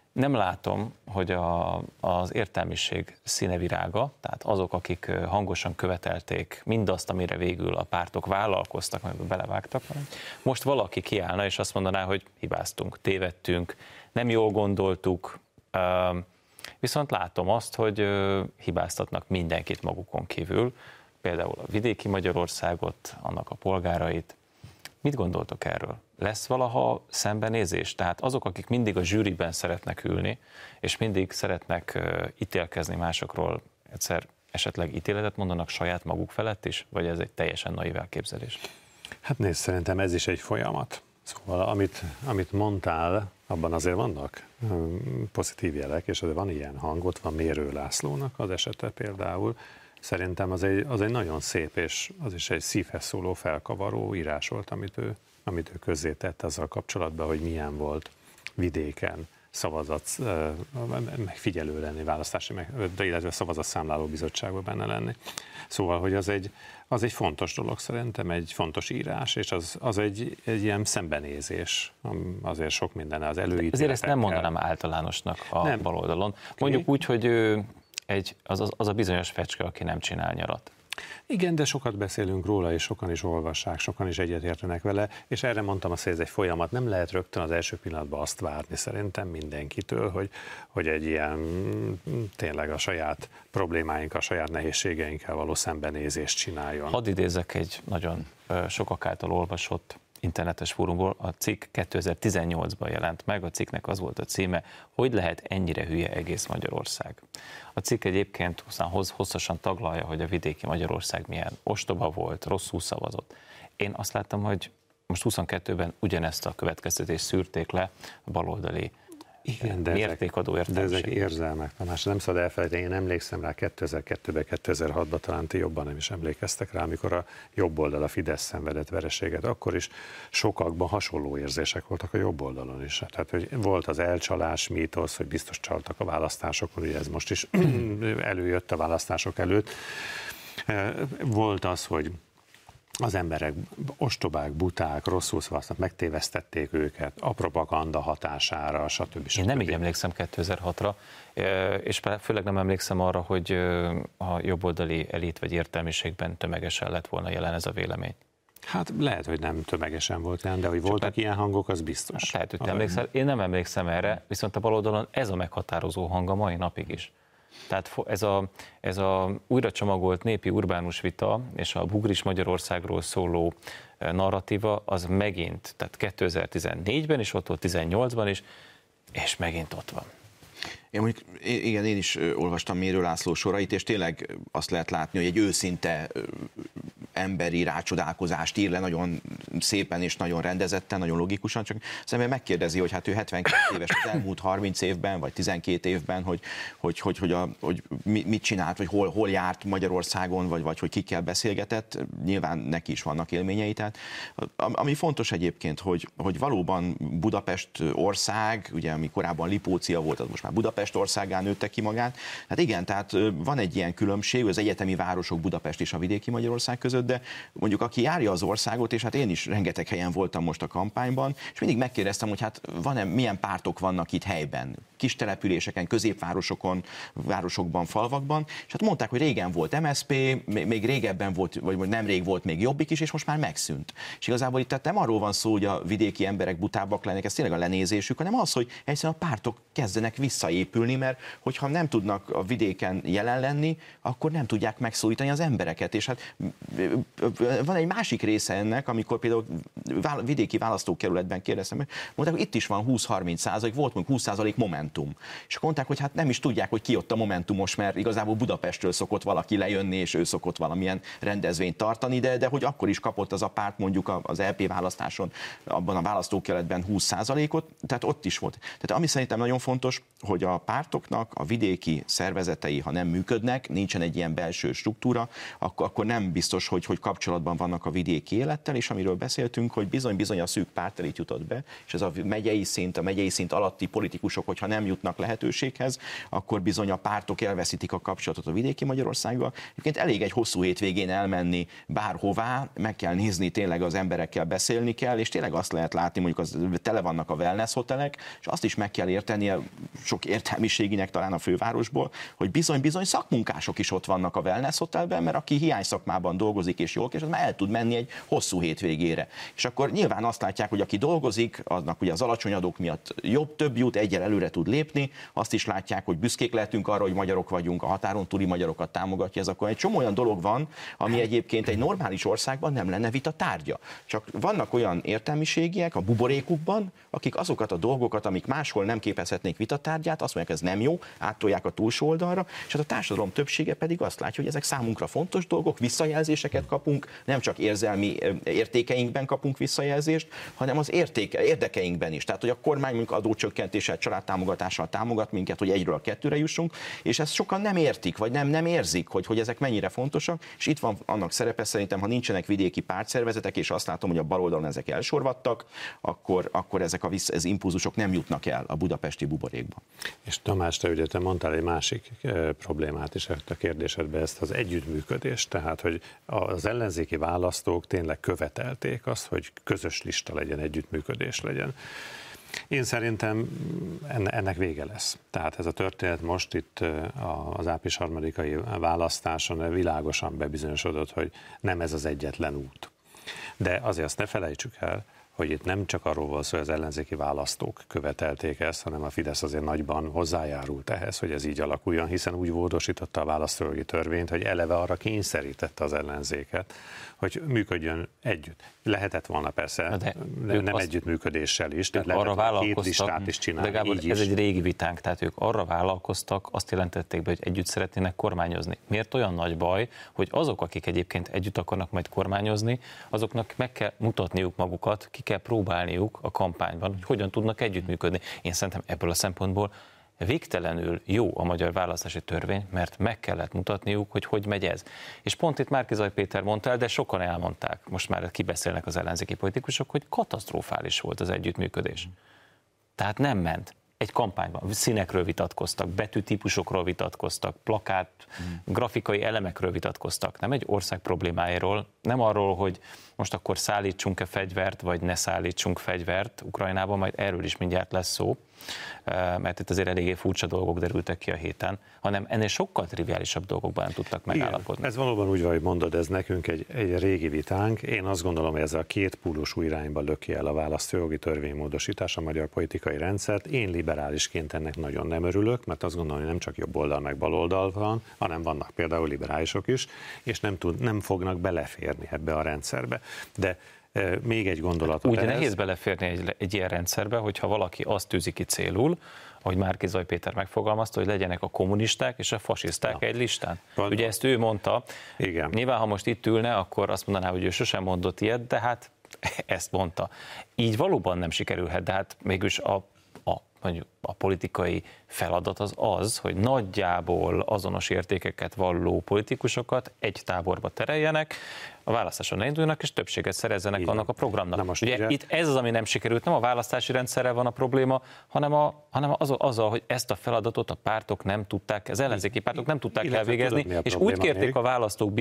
Nem látom, hogy az értelmiség színevirága, tehát azok, akik hangosan követelték mindazt, amire végül a pártok vállalkoztak, mert belevágtak, most valaki kiállna és azt mondaná, hogy hibáztunk, tévedtünk, nem jól gondoltuk, viszont látom azt, hogy hibáztatnak mindenkit magukon kívül, például a vidéki Magyarországot, annak a polgárait. Mit gondoltok erről? Lesz valaha szembenézés? Tehát azok, akik mindig a zsűriben szeretnek ülni, és mindig szeretnek ítélkezni másokról, egyszer esetleg ítéletet mondanak saját maguk felett is, vagy ez egy teljesen naiv elképzelés? Hát nézd, szerintem ez is egy folyamat. Szóval amit mondtál, abban azért vannak pozitív jelek, és azért van ilyen hang, ott van Mérő Lászlónak az esete például. Szerintem az egy nagyon szép, és az is egy szívhez szóló, felkavaró írás volt, amit ő közzétett azzal kapcsolatban, hogy milyen volt vidéken megfigyelő lenni, illetve szavazatszámláló bizottságban benne lenni. Szóval, hogy az egy fontos dolog szerintem, egy fontos írás, és az egy ilyen szembenézés, azért sok minden az előítéletekkel. Ezért ezt nem mondanám általánosnak a baloldalon. Mondjuk úgy, hogy az a bizonyos fecske, aki nem csinál nyarat. Igen, de sokat beszélünk róla, és sokan is olvassák, sokan is egyetértenek vele, és erre mondtam azt, hogy ez egy folyamat. Nem lehet rögtön az első pillanatban azt várni szerintem mindenkitől, hogy egy ilyen tényleg a saját problémáink, a saját nehézségeinkkel való szembenézést csináljon. Hadd idézek egy nagyon sokak által olvasott internetes fórumból, a cikk 2018-ban jelent meg, a cikknek az volt a címe, hogy lehet ennyire hülye egész Magyarország. A cikk egyébként hosszasan taglalja, hogy a vidéki Magyarország milyen ostoba volt, rosszul szavazott. Én azt láttam, hogy most 22-ben ugyanezt a következtetést szűrték le a baloldali mértékadó értelmiség. De ezek érzelmek, Tamás, nem szabad elfelejteni, én emlékszem rá 2002-ben, 2006-ban, talán ti jobban nem is emlékeztek rá, amikor a jobb oldal, a Fidesz szenvedett vereséget, akkor is sokakban hasonló érzések voltak a jobb oldalon is. Tehát, hogy volt az elcsalás mítosz, hogy biztos csaltak a választásokon, ugye ez most is előjött a választások előtt. Volt az, hogy az emberek ostobák, buták, rosszul szavaztak, megtévesztették őket, a propaganda hatására, stb. Én nem így emlékszem 2006-ra, és főleg nem emlékszem arra, hogy a jobboldali elit vagy értelmiségben tömegesen lett volna jelen ez a vélemény. Hát lehet, hogy nem tömegesen volt jelen, de hogy voltak ilyen hangok, az biztos. Hát lehet, hogy te emlékszel. Én nem emlékszem erre, viszont a baloldalon ez a meghatározó hang a mai napig is. Tehát ez a újra csomagolt népi urbánus vita és a bugris Magyarországról szóló narratíva az megint, tehát 2014-ben is ott volt, 2018-ban is, és megint ott van. Én is olvastam Mérő László sorait, és tényleg azt lehet látni, hogy egy őszinte emberi rácsodálkozást ír le nagyon szépen és nagyon rendezetten, nagyon logikusan, csak az ember megkérdezi, hogy hát ő 72 éves az elmúlt 30 évben, vagy 12 évben, hogy mit csinált, vagy hol járt Magyarországon, vagy hogy kikkel beszélgetett, nyilván neki is vannak élményei. Tehát, ami fontos egyébként, hogy valóban Budapest ország, ugye ami korábban Lipócia volt, az most már Budapest országán nőtte ki magát. Hát igen, tehát van egy ilyen különbség, az egyetemi városok Budapest és a vidéki Magyarország között, de mondjuk aki járja az országot, és hát én is rengeteg helyen voltam most a kampányban, és mindig megkérdeztem, hogy hát milyen pártok vannak itt helyben, kis településeken, középvárosokon, városokban, falvakban, és hát mondták, hogy régen volt MSZP, még régebben volt, vagy nemrég volt még Jobbik is, és most már megszűnt. És igazából itt tehát nem arról van szó, hogy a vidéki emberek butábbak lennek, ez tényleg a lenézésük, hanem az, hogy egyszerűen a pártok kezdenek visszaépülni, mert hogyha nem tudnak a vidéken jelen lenni, akkor nem tudják megszólítani az embereket. És hát van egy másik része ennek, amikor például vidéki választókerületben kérdeztem, mondták, hogy itt is van 20-30%, volt mondjuk 20% Momentum. És akkor mondták, hogy hát nem is tudják, hogy ki ott a Momentumos, mert igazából Budapestről szokott valaki lejönni, és ő szokott valamilyen rendezvényt tartani, de hogy akkor is kapott az a párt mondjuk az LP választáson, abban a választókerületben 20%-ot, tehát ott is volt. Tehát ami szerintem nagyon fontos, hogy a pártoknak a vidéki szervezetei, ha nem működnek, nincsen egy ilyen belső struktúra, akkor nem biztos, hogy kapcsolatban vannak a vidéki élettel, és amiről beszéltünk, hogy bizony a szűk pártelit jutott be, és ez a megyei szint alatti politikusok, hogyha nem jutnak lehetőséghez, akkor bizony a pártok elveszítik a kapcsolatot a vidéki Magyarországgal. Egyébként elég egy hosszú hétvégén elmenni bárhová, meg kell nézni, tényleg az emberekkel beszélni kell, és tényleg azt lehet látni, mondjuk tele vannak a wellness hotelek, és azt is meg kell érteni sok értelmiséginek talán a fővárosból, hogy bizony szakmunkások is ott vannak a wellness hotelben, mert aki hiány szakmában dolgozik és jól keres, az már el tud menni egy hosszú hétvégére. És akkor nyilván azt látják, hogy aki dolgozik, aznak ugye az alacsony adók miatt több jut, egyel előre tud lépni, azt is látják, hogy büszkék lehetünk arra, hogy magyarok vagyunk, a határon túli magyarokat támogatja, ez akkor egy csomó olyan dolog van, ami egyébként egy normális országban nem lenne vita tárgya. Csak vannak olyan értelmiségiek a buborékukban, akik azokat a dolgokat, amik máshol nem képezhetnék vitatárgyát, azt mondják, ez nem jó, áttolják a túlsó oldalra, és hát a társadalom többsége pedig azt látja, hogy ezek számunkra fontos dolgok, visszajelzéseket kapunk, nem csak érzelmi értékeinkben kapunk visszajelzést, hanem az érdekeinkben is. Tehát, hogy a kormány mondjuk adócsökkentéssel, családtámogatással támogat minket, hogy egyről a kettőre jussunk, és ezt sokan nem értik, vagy nem érzik, hogy ezek mennyire fontosak, és itt van annak szerepe szerintem, ha nincsenek vidéki pártszervezetek, és azt látom, hogy a baloldalon ezek elsorvadtak, akkor ezek az impulzusok nem jutnak el a budapesti buborékba. És Tamás, te mondtál egy másik problémát is a kérdésedbe, ezt az együttműködést, tehát, hogy az ellenzéki választók tényleg követelték azt, hogy közös lista legyen, együttműködés legyen. Én szerintem ennek vége lesz. Tehát ez a történet most itt az április 3-ai választáson világosan bebizonyosodott, hogy nem ez az egyetlen út. De azért azt ne felejtsük el, hogy itt nem csak arról volt szó, hogy az ellenzéki választók követelték ezt, hanem a Fidesz azért nagyban hozzájárult ehhez, hogy ez így alakuljon, hiszen úgy módosította a választójogi törvényt, hogy eleve arra kényszerítette az ellenzéket, hogy működjön együtt. Lehetett volna persze, de nem együttműködéssel is, tehát lehetett két listát is csinálni. De Gábor, ez egy régi vitánk, tehát ők arra vállalkoztak, azt jelentették be, hogy együtt szeretnének kormányozni. Miért olyan nagy baj, hogy azok, akik egyébként együtt akarnak majd kormányozni, azoknak meg kell mutatniuk magukat, ki kell próbálniuk a kampányban, hogy hogyan tudnak együttműködni. Én szerintem ebből a szempontból végtelenül jó a magyar választási törvény, mert meg kellett mutatniuk, hogy megy ez. És pont itt Márki-Zay Péter mondta el, de sokan elmondták, most már kibeszélnek az ellenzéki politikusok, hogy katasztrofális volt az együttműködés. Tehát nem ment. Egy kampányban színekről vitatkoztak, betűtípusokról vitatkoztak, plakát, grafikai elemekről vitatkoztak. Nem egy ország problémáiról, nem arról, hogy most akkor szállítsunk-e fegyvert, vagy ne szállítsunk fegyvert Ukrajnában, majd erről is mindjárt lesz szó, mert itt azért eléggé furcsa dolgok derültek ki a héten, hanem ennél sokkal triviálisabb dolgokban nem tudtak megállapodni. Igen, ez valóban úgy van, hogy mondod, ez nekünk egy régi vitánk. Én azt gondolom, hogy ez a két pólus irányba löki el a választójogi törvénymódosítás a magyar politikai rendszert. Én liberálisként ennek nagyon nem örülök, mert azt gondolom, hogy nem csak jobb oldal meg bal oldal van, hanem vannak például liberálisok is, és nem fognak beleférni ebbe a rendszerbe. De még egy gondolatot. Úgy nehéz beleférni egy ilyen rendszerbe, hogyha valaki azt tűzi ki célul, ahogy Márki-Zay Péter megfogalmazta, hogy legyenek a kommunisták és a fasiszták egy listán. Ugye ezt ő mondta. Igen. Nyilván, ha most itt ülne, akkor azt mondaná, hogy ő sosem mondott ilyet, de hát ezt mondta. Így valóban nem sikerülhet, de hát mégis a politikai feladat az, hogy nagyjából azonos értékeket valló politikusokat egy táborba tereljenek, a választáson ne induljanak, és többséget szerezzenek annak a programnak. Ugye itt ez az, ami nem sikerült, nem a választási rendszerrel van a probléma, hanem azzal, hogy ezt a feladatot a pártok nem tudták, az ellenzéki pártok nem tudták elvégezni, és úgy kérték a választók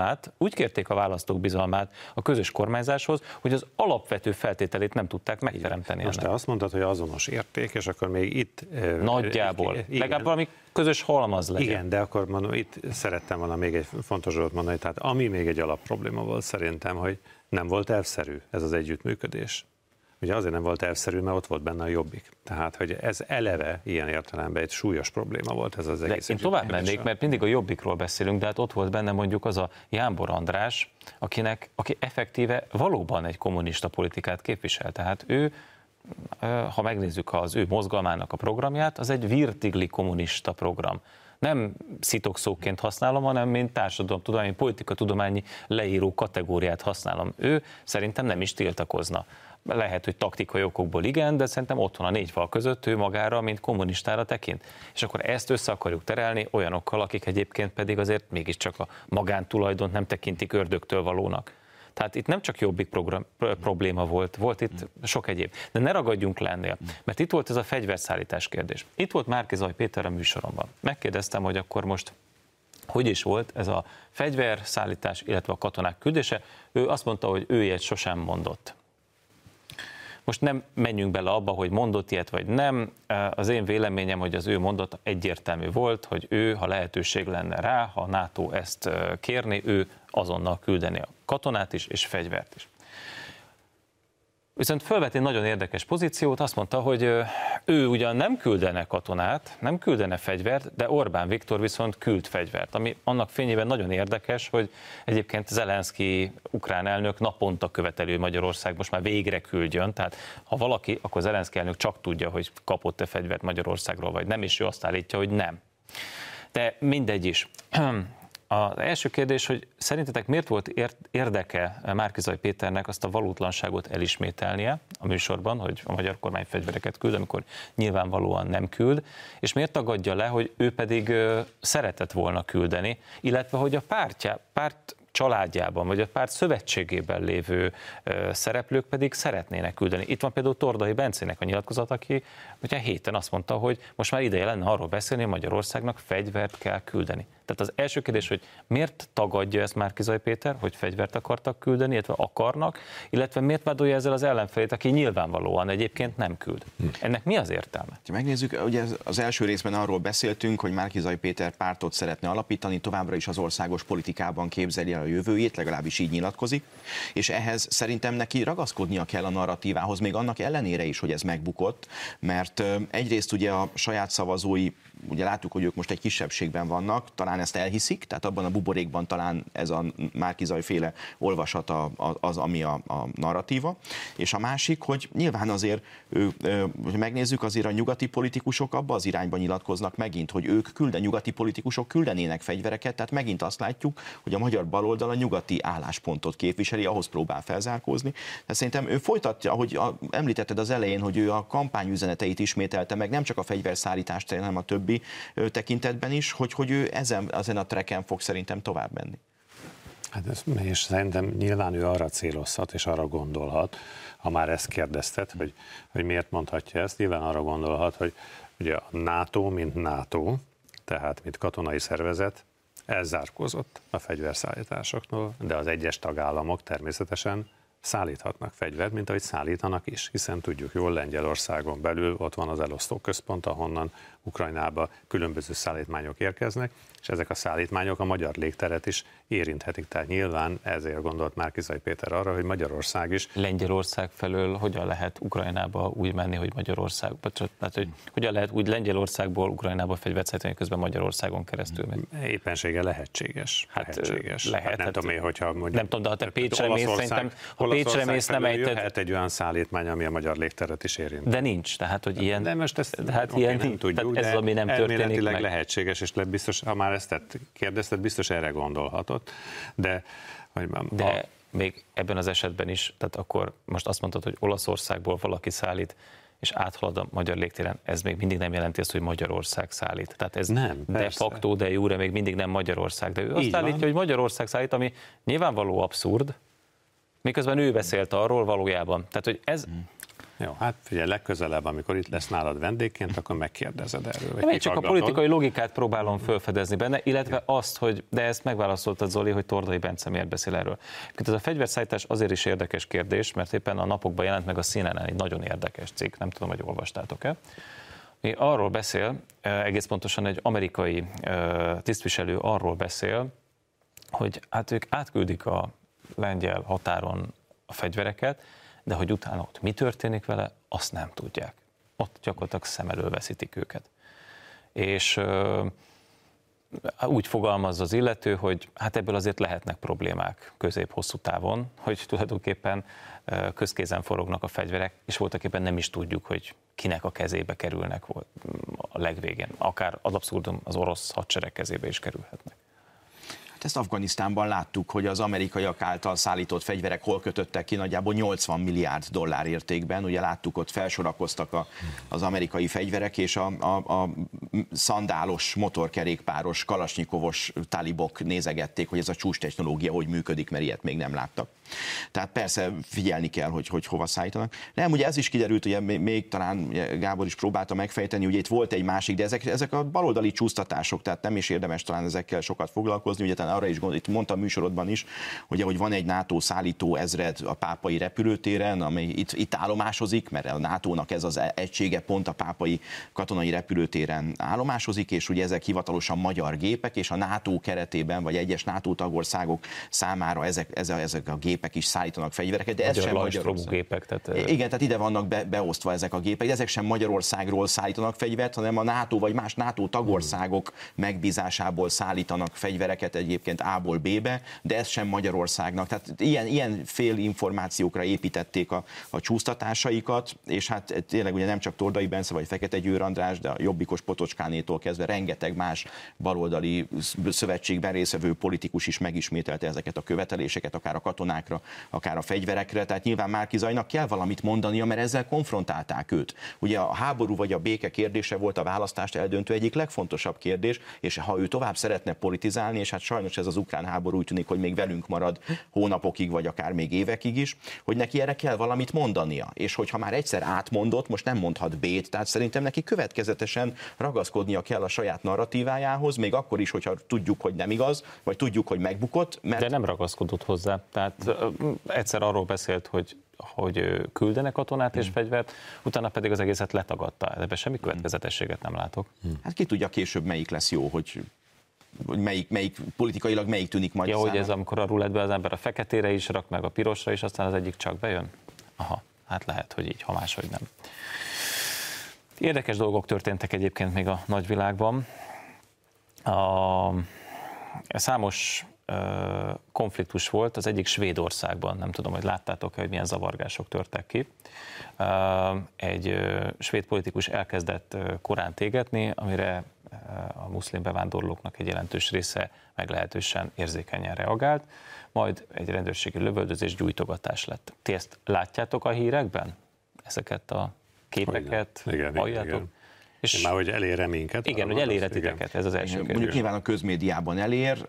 bizalmát a közös kormányzáshoz, hogy az alapvető feltételét nem tudták megteremteni. Most te azt mondtad, hogy azonos érték, és akkor még itt... Nagyjából. Legalább valami közös halmaz legyen. Igen, de akkor mondom, itt szerettem volna még egy fontos dolgot mondani, tehát ami még egy alapprobléma volt szerintem, hogy nem volt elvszerű ez az együttműködés. Ugye azért nem volt elvszerű, mert ott volt benne a Jobbik. Tehát, hogy ez eleve ilyen értelemben egy súlyos probléma volt ez az egész. De én tovább mennék, mert mindig a Jobbikról beszélünk, de hát ott volt benne mondjuk az a Jámbor András, aki effektíve valóban egy kommunista politikát képvisel. Tehát ő, ha megnézzük az ő mozgalmának a programját, az egy virtigli kommunista program. Nem szitokszóként használom, hanem mint társadalomtudományi, politikatudományi leíró kategóriát használom. Ő szerintem nem is tiltakozna. Lehet, hogy taktikai okokból igen, de szerintem ott van a négy fal között, ő magára, mint kommunistára tekint. És akkor ezt össze akarjuk terelni olyanokkal, akik egyébként pedig azért mégiscsak a magántulajdont nem tekintik ördögtől valónak. Tehát itt nem csak Jobbik probléma volt itt sok egyéb. De ne ragadjunk le ennél, mert itt volt ez a fegyverszállítás kérdés. Itt volt Márki-Zay Péter a műsoromban. Megkérdeztem, hogy akkor most hogy is volt ez a fegyverszállítás, illetve a katonák küldése. Ő azt mondta, hogy ő ilyet sosem mondott. Most nem menjünk bele abba, hogy mondott ilyet vagy nem. Az én véleményem, hogy az ő mondata egyértelmű volt, hogy ő, ha lehetőség lenne rá, ha a NATO ezt kérni, ő azonnal küldeni a katonát is és fegyvert is. Viszont felvett egy nagyon érdekes pozíciót, azt mondta, hogy ő ugyan nem küldene katonát, nem küldene fegyvert, de Orbán Viktor viszont küld fegyvert, ami annak fényében nagyon érdekes, hogy egyébként Zelenszky ukrán elnök naponta követelő Magyarország most már végre küldjön, tehát ha valaki, akkor Zelenszky elnök csak tudja, hogy kapott-e fegyvert Magyarországról, vagy nem, és ő azt állítja, hogy nem. De mindegy is. Az első kérdés, hogy szerintetek miért volt érdeke Márki-Zay Péternek azt a valótlanságot elismételnie a műsorban, hogy a magyar kormány fegyvereket küld, amikor nyilvánvalóan nem küld, és miért tagadja le, hogy ő pedig szeretett volna küldeni, illetve hogy a párt családjában, vagy a párt szövetségében lévő szereplők pedig szeretnének küldeni. Itt van például Tordai Bencének a nyilatkozat, aki ugye héten azt mondta, hogy most már ideje lenne arról beszélni, hogy Magyarországnak fegyvert kell küldeni. Tehát az első kérdés, hogy miért tagadja ezt Márki-Zay Péter, hogy fegyvert akartak küldeni, illetve akarnak, illetve miért vádolja ezzel az ellenfelét, aki nyilvánvalóan egyébként nem küld. Ennek mi az értelme? Ha megnézzük, ugye az első részben arról beszéltünk, hogy Márki-Zay Péter pártot szeretne alapítani, továbbra is az országos politikában képzeli el a jövőjét, legalábbis így nyilatkozik, és ehhez szerintem neki ragaszkodnia kell a narratívához, még annak ellenére is, hogy ez megbukott, mert egyrészt ugye a saját szavazói, ugye látjuk, hogy ők most egy kisebbségben vannak, talán ezt elhiszik, tehát abban a buborékban talán ez a Márki-Zay féle olvasata az, ami a narratíva. És a másik, hogy nyilván azért, hogy megnézzük, azért a nyugati politikusok abba az irányba nyilatkoznak megint, hogy ők nyugati politikusok küldenének fegyvereket, tehát megint azt látjuk, hogy a magyar baloldal a nyugati álláspontot képviseli, ahhoz próbál felzárkózni. De szerintem ő folytatja, ahogy említetted az elején, hogy ő a kampányüzeneteit ismételte meg, nem csak a fegyverszállítást, hanem a többi tekintetben is, hogy ő ezen a treken fog szerintem tovább menni. Hát ez, és szerintem nyilván ő arra célozhat, és arra gondolhat, ha már ezt kérdezted, hogy miért mondhatja ezt, nyilván arra gondolhat, hogy ugye a NATO, mint NATO, tehát mint katonai szervezet, elzárkózott a fegyverszállításoktól, de az egyes tagállamok természetesen szállíthatnak fegyvert, mint ahogy szállítanak is, hiszen tudjuk jól, Lengyelországon belül ott van az elosztó központ, ahonnan Ukrajnába különböző szállítmányok érkeznek, és ezek a szállítmányok a magyar légteret is érinthetik. Tehát nyilván ezért gondolt Márki-Zay Péter arra, hogy Magyarország is. Lengyelország felől hogyan lehet Ukrajnába úgy menni, hogy Magyarország, tehát hogy hogyan lehet úgy Lengyelországból Ukrajnába fegyvert szállítani, közben Magyarországon keresztül megy? Éppenséggel lehetséges. Lehet. Hát nem tudom én, hogyha mondjuk, nem tudom, de ha te Pécsre mész, szerintem, ha Pécsre mész, nem ejted. Jöhet egy olyan szállítmány, ami a magyar légteret is érint. De nincs, tehát hogy ilyen. De most ezt ilyen nem tudjuk, ez az, ami nem történik meg. Lehetséges, és biztos, ha már ezt kérdezted, biztos erre gondolhatott. De még ebben az esetben is, tehát akkor most azt mondtad, hogy Olaszországból valaki szállít, és áthalad a magyar légtéren, ez még mindig nem jelenti azt, hogy Magyarország szállít. Tehát ez nem, de facto, de jure még mindig nem Magyarország. De ő azt állítja, hogy Magyarország szállít, ami nyilvánvaló abszurd, miközben ő beszélt arról valójában. Tehát, hogy ez... Jó, hát figyelj, legközelebb, amikor itt lesz nálad vendégként, akkor megkérdezed erről. Nem, csak a politikai logikát próbálom felfedezni benne, illetve azt, hogy, de ezt megválaszoltad, Zoli, hogy Tordai Bence miért beszél erről. Ez a fegyverszállítás azért is érdekes kérdés, mert éppen a napokban jelent meg a CNN-en egy nagyon érdekes cikk, nem tudom, hogy olvastátok-e. Mi arról beszél, egész pontosan egy amerikai tisztviselő arról beszél, hogy hát ők átküldik a lengyel határon a fegyvereket, de hogy utána ott mi történik vele, azt nem tudják. Ott gyakorlatilag szem elől veszítik őket. És úgy fogalmazza az illető, hogy hát ebből azért lehetnek problémák közép-hosszú távon, hogy tulajdonképpen közkézen forognak a fegyverek, és voltaképpen nem is tudjuk, hogy kinek a kezébe kerülnek a legvégén. Akár ad abszurdum az orosz hadsereg kezébe is kerülhetnek. Ezt Afganisztánban láttuk, hogy az amerikaiak által szállított fegyverek hol kötöttek ki, nagyjából 80 milliárd dollár értékben. Ugye láttuk, ott felsorakoztak az amerikai fegyverek, és a szandálos, motorkerékpáros, kalasnyikovos talibok nézegették, hogy ez a csúcs technológia hogy működik, mert ilyet még nem láttak. Tehát persze figyelni kell, hogy hova szállítanak. Nem, ugye ez is kiderült, ugye még talán Gábor is próbálta megfejteni, ugye itt volt egy másik, de ezek a baloldali csúsztatások, tehát nem is érdemes talán ezekkel sokat foglalkozni, ugye talán arra is itt mondtam műsorodban is, ugye, hogy van egy NATO szállító ezred a pápai repülőtéren, amely itt állomásozik, mert a NATO-nak ez az egysége pont a pápai katonai repülőtéren állomásozik, és ugye ezek hivatalosan magyar gépek, és a NATO keretében, vagy egyes NATO tagországok számára ezek a gépek is szállítanak fegyvereket, de ez sem Magyarország. Gépek, tehát... Igen, tehát ide vannak beosztva ezek a gépek, de ezek sem Magyarországról szállítanak fegyvert, hanem a NATO vagy más NATO tagországok megbízásából szállítanak fegyvereket egyébként A-ból B-be, de ez sem Magyarországnak. Tehát ilyen fél információkra építették a csúsztatásaikat, és hát tényleg ugye nem csak Tordai Bence vagy Fekete Győr András, de a Jobbikos Potocskánétól kezdve rengeteg más baloldali szövetségben részvevő politikus is megismételte ezeket a követeléseket, akár a katonákra, akár a fegyverekre. Tehát nyilván Márki Zajnak kell valamit mondania, mert ezzel konfrontálták őt. Ugye a háború vagy a béke kérdése volt a választást eldöntő egyik legfontosabb kérdés, és ha ő tovább szeretne politizálni, és hát sajnos ez az ukrán háború úgy tűnik, hogy még velünk marad hónapokig, vagy akár még évekig is, hogy neki erre kell valamit mondania. És hogyha már egyszer átmondott, most nem mondhat B-t, tehát szerintem neki következetesen ragaszkodnia kell a saját narratívájához, még akkor is, hogyha tudjuk, hogy nem igaz, vagy tudjuk, hogy megbukott. Mert... De nem ragaszkodott hozzá. Tehát egyszer arról beszélt, hogy küldenek katonát és fegyvert, utána pedig az egészet letagadta. Ebben semmi következetességet nem látok. Hát ki tudja később, melyik lesz jó, hogy melyik politikailag melyik tűnik majd. Ja, hogy ez amikor a rulettbe az ember a feketére is rak, meg a pirosra is, aztán az egyik csak bejön? Aha, hát lehet, hogy így, ha máshogy nem. Érdekes dolgok történtek egyébként még a nagyvilágban. Számos konfliktus volt, az egyik Svédországban, nem tudom, hogy láttátok-e, hogy milyen zavargások törtek ki. Egy svéd politikus elkezdett korán tégetni, amire a muszlim bevándorlóknak egy jelentős része meglehetősen érzékenyen reagált, majd egy rendőrségi lövöldözés, gyújtogatás lett. Ti ezt látjátok a hírekben? Ezeket a képeket? Igen. És már hogy elér minket. Igen, hogy elér titeket, ez az első kérdés. Mondjuk nyilván a közmédiában elér,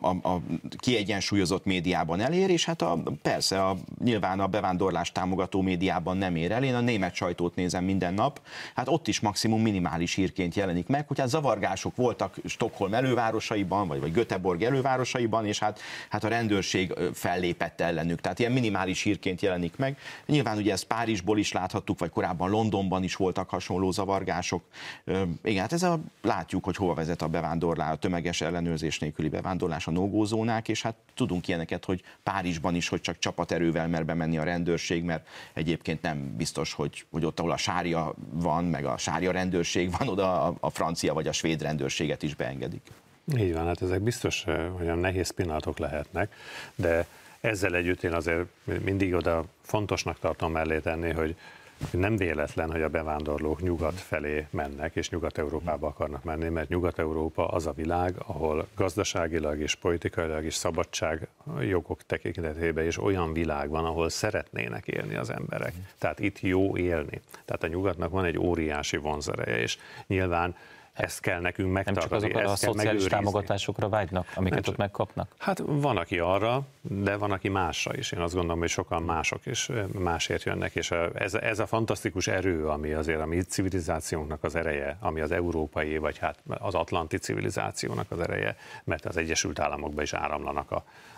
a kiegyensúlyozott médiában elér, és hát persze nyilván a bevándorlást támogató médiában nem ér el. Én a német sajtót nézem minden nap, hát ott is maximum minimális hírként jelenik meg, hogy hát zavargások voltak Stockholm elővárosaiban, vagy Göteborg elővárosaiban, és hát a rendőrség fellépett ellenük. Tehát ilyen minimális hírként jelenik meg. Nyilván ugye ezt Párizsból is láthattuk, vagy korábban Londonban is voltak hasonló zavargások. Igen, hát látjuk, hogy hova vezet a bevándorlás, a tömeges ellenőrzés nélküli bevándorlás, a no-go-zónák, és hát tudunk ilyeneket, hogy Párizsban is, hogy csak csapaterővel mer bemenni a rendőrség, mert egyébként nem biztos, hogy ott, ahol a sária van, meg a sária rendőrség van, oda a francia vagy a svéd rendőrséget is beengedik. Így van, hát ezek biztos olyan nehéz pillanatok lehetnek, de ezzel együtt én azért mindig oda fontosnak tartom mellé tenni, hogy nem véletlen, hogy a bevándorlók nyugat felé mennek, és Nyugat-Európába akarnak menni, mert Nyugat-Európa az a világ, ahol gazdaságilag és politikailag és szabadságjogok tekintetében is olyan világ van, ahol szeretnének élni az emberek. Tehát itt jó élni. Tehát a nyugatnak van egy óriási vonzereje, és nyilván ezt kell nekünk megtartani. Nem csak azokra a szociális támogatásokra vágynak, amiket ott megkapnak? Hát van, aki arra, de van, aki másra is. Én azt gondolom, hogy sokan mások is másért jönnek, és ez a fantasztikus erő, ami azért a mi civilizációnknak az ereje, ami az európai, vagy hát az atlanti civilizációnak az ereje, mert az Egyesült Államokba is áramlanak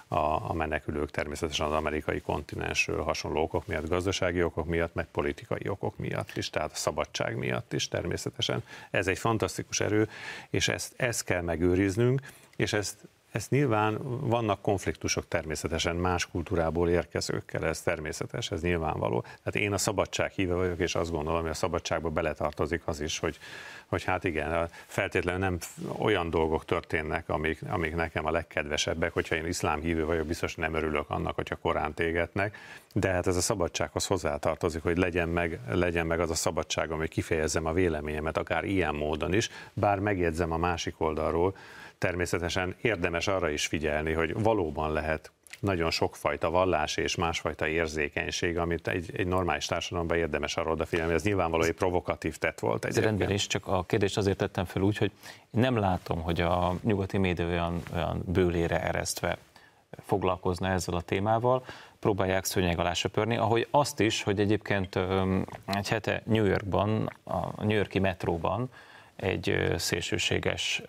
a menekülők természetesen az amerikai kontinensről hasonló okok miatt, gazdasági okok miatt, meg politikai okok miatt is, tehát a szabadság miatt is természetesen. Ez egy fantasztikus erő, és ezt kell megőriznünk, és ezt nyilván vannak konfliktusok természetesen más kultúrából érkezőkkel, ez természetes, ez nyilvánvaló. Tehát én a szabadság híve vagyok, és azt gondolom, hogy a szabadságba beletartozik az is, hogy hát igen, feltétlenül nem olyan dolgok történnek, amik nekem a legkedvesebbek, hogyha én iszlám hívő vagyok, biztos nem örülök annak, hogyha Korán égetnek, de hát ez a szabadsághoz hozzátartozik, hogy legyen meg az a szabadságom, hogy kifejezzem a véleményemet, akár ilyen módon is, bár megjegyzem a másik oldalról, természetesen érdemes arra is figyelni, hogy valóban lehet nagyon sokfajta vallás és másfajta érzékenység, amit egy normális társadalomban érdemes arra odafigyelni. Ez nyilvánvaló egy provokatív tett volt egyébként. Rendben is, csak a kérdést azért tettem fel úgy, hogy nem látom, hogy a nyugati média olyan bőlére eresztve foglalkozna ezzel a témával, próbálják szőnyeg alá söpörni, ahogy azt is, hogy egyébként egy hete New Yorkban, a New York-i metróban egy szélsőséges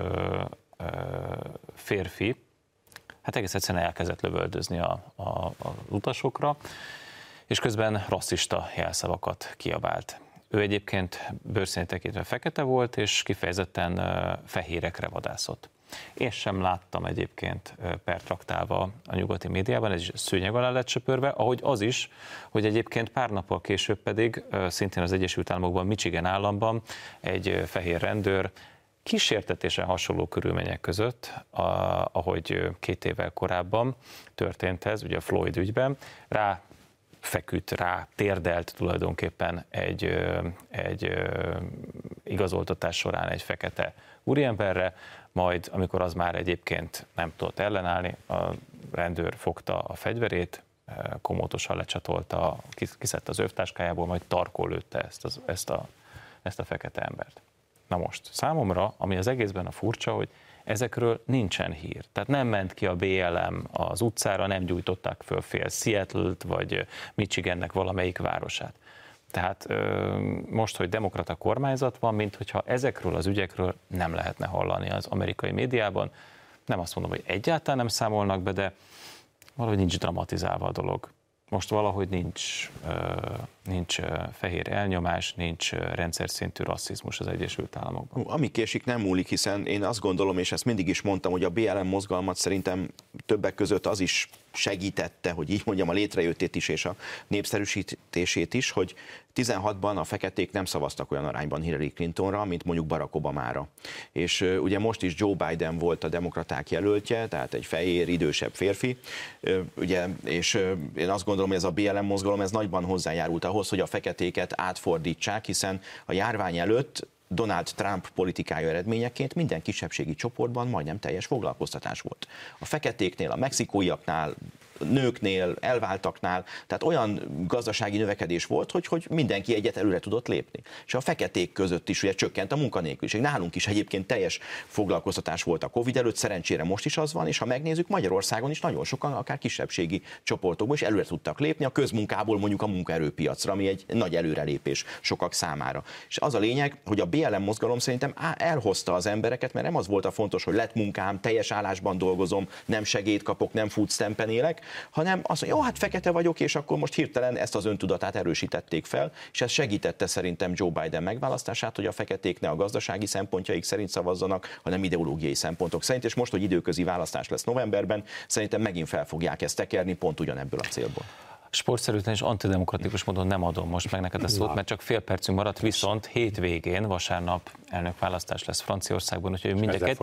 férfi, hát egész egyszerűen elkezdett lövöldözni az utasokra, és közben rasszista jelszavakat kiabált. Ő egyébként bőrszínét tekintve fekete volt, és kifejezetten fehérekre vadászott. Én sem láttam egyébként pertraktálva a nyugati médiában, ez is szőnyeg alá lett söpörve, ahogy az is, hogy egyébként pár nappal később pedig szintén az Egyesült Államokban, Michigan államban egy fehér rendőr kísértetésen hasonló körülmények között, ahogy 2 évvel korábban történt ez, ugye a Floyd ügyben, rá térdelt tulajdonképpen egy igazoltatás során egy fekete úriemberre, majd amikor az már egyébként nem tudott ellenállni, a rendőr fogta a fegyverét, komótosan lecsatolta, kiszedte az övtáskájából, majd tarkon lőtte ezt a fekete embert. Na most, számomra, ami az egészben a furcsa, hogy ezekről nincsen hír. Tehát nem ment ki a BLM az utcára, nem gyújtották föl fél Seattle-t, vagy Michigannek valamelyik városát. Tehát most, hogy demokrata kormányzat van, minthogyha ezekről az ügyekről nem lehetne hallani az amerikai médiában. Nem azt mondom, hogy egyáltalán nem számolnak be, de valahogy nincs dramatizálva a dolog. Most valahogy nincs fehér elnyomás, nincs rendszer szintű rasszizmus az Egyesült Államokban. Ami késik, nem múlik, hiszen én azt gondolom, és ezt mindig is mondtam, hogy a BLM mozgalmat szerintem többek között az is segítette, hogy így mondjam, a létrejöttét is és a népszerűsítését is, hogy 16-ban a feketék nem szavaztak olyan arányban Hillary Clintonra, mint mondjuk Barack Obamára. És ugye most is Joe Biden volt a demokraták jelöltje, tehát egy fehér, idősebb férfi, ugye, és én azt gondolom, hogy ez a BLM mozgalom, ez nagyban hozzájárult ahhoz, hogy a feketéket átfordítsák, hiszen a járvány előtt Donald Trump politikája eredményeként minden kisebbségi csoportban majdnem teljes foglalkoztatás volt. A feketéknél, a mexikóiaknál, nőknél, elváltaknál, tehát olyan gazdasági növekedés volt, hogy mindenki egyet előre tudott lépni. És a feketék között is ugye csökkent a munkanélküliség. Nálunk is egyébként teljes foglalkoztatás volt a Covid előtt, szerencsére most is az van, és ha megnézzük, Magyarországon is nagyon sokan, akár kisebbségi csoportokból is előre tudtak lépni a közmunkából mondjuk a munkaerőpiacra, ami egy nagy előrelépés sokak számára. És az a lényeg, hogy a BLM mozgalom szerintem elhozta az embereket, mert nem az volt a fontos, hogy lett munkám, teljes állásban dolgozom, nem segélyt kapok, nem food stampen élek, hanem az, hogy jó, hát fekete vagyok, és akkor most hirtelen ezt az öntudatát erősítették fel, és ez segítette szerintem Joe Biden megválasztását, hogy a feketék ne a gazdasági szempontjaik szerint szavazzanak, hanem ideológiai szempontok szerint, és most, hogy időközi választás lesz novemberben, szerintem megint fel fogják ezt tekerni, pont ugyanebből a célból. Sportszerűen és antidemokratikus módon nem adom most meg neked a szót, mert csak fél percünk maradt, viszont hétvégén, vasárnap elnökválasztás lesz Franciaországban, úgyhogy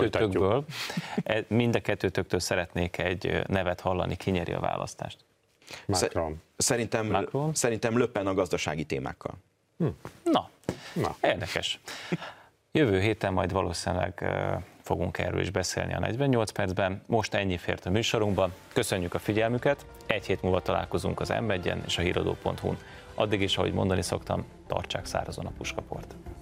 mind a kettőtöktől szeretnék egy nevet hallani, ki nyeri a választást. Macron. Szerintem Le Pen a gazdasági témákkal. Na, érdekes. Jövő héten majd valószínűleg fogunk erről is beszélni a 48 percben. Most ennyi fért a műsorunkban. Köszönjük a figyelmüket. Egy hét múlva találkozunk az M1-en és a híradó.hu-n. Addig is, ahogy mondani szoktam, tartsák szárazon a puskaport.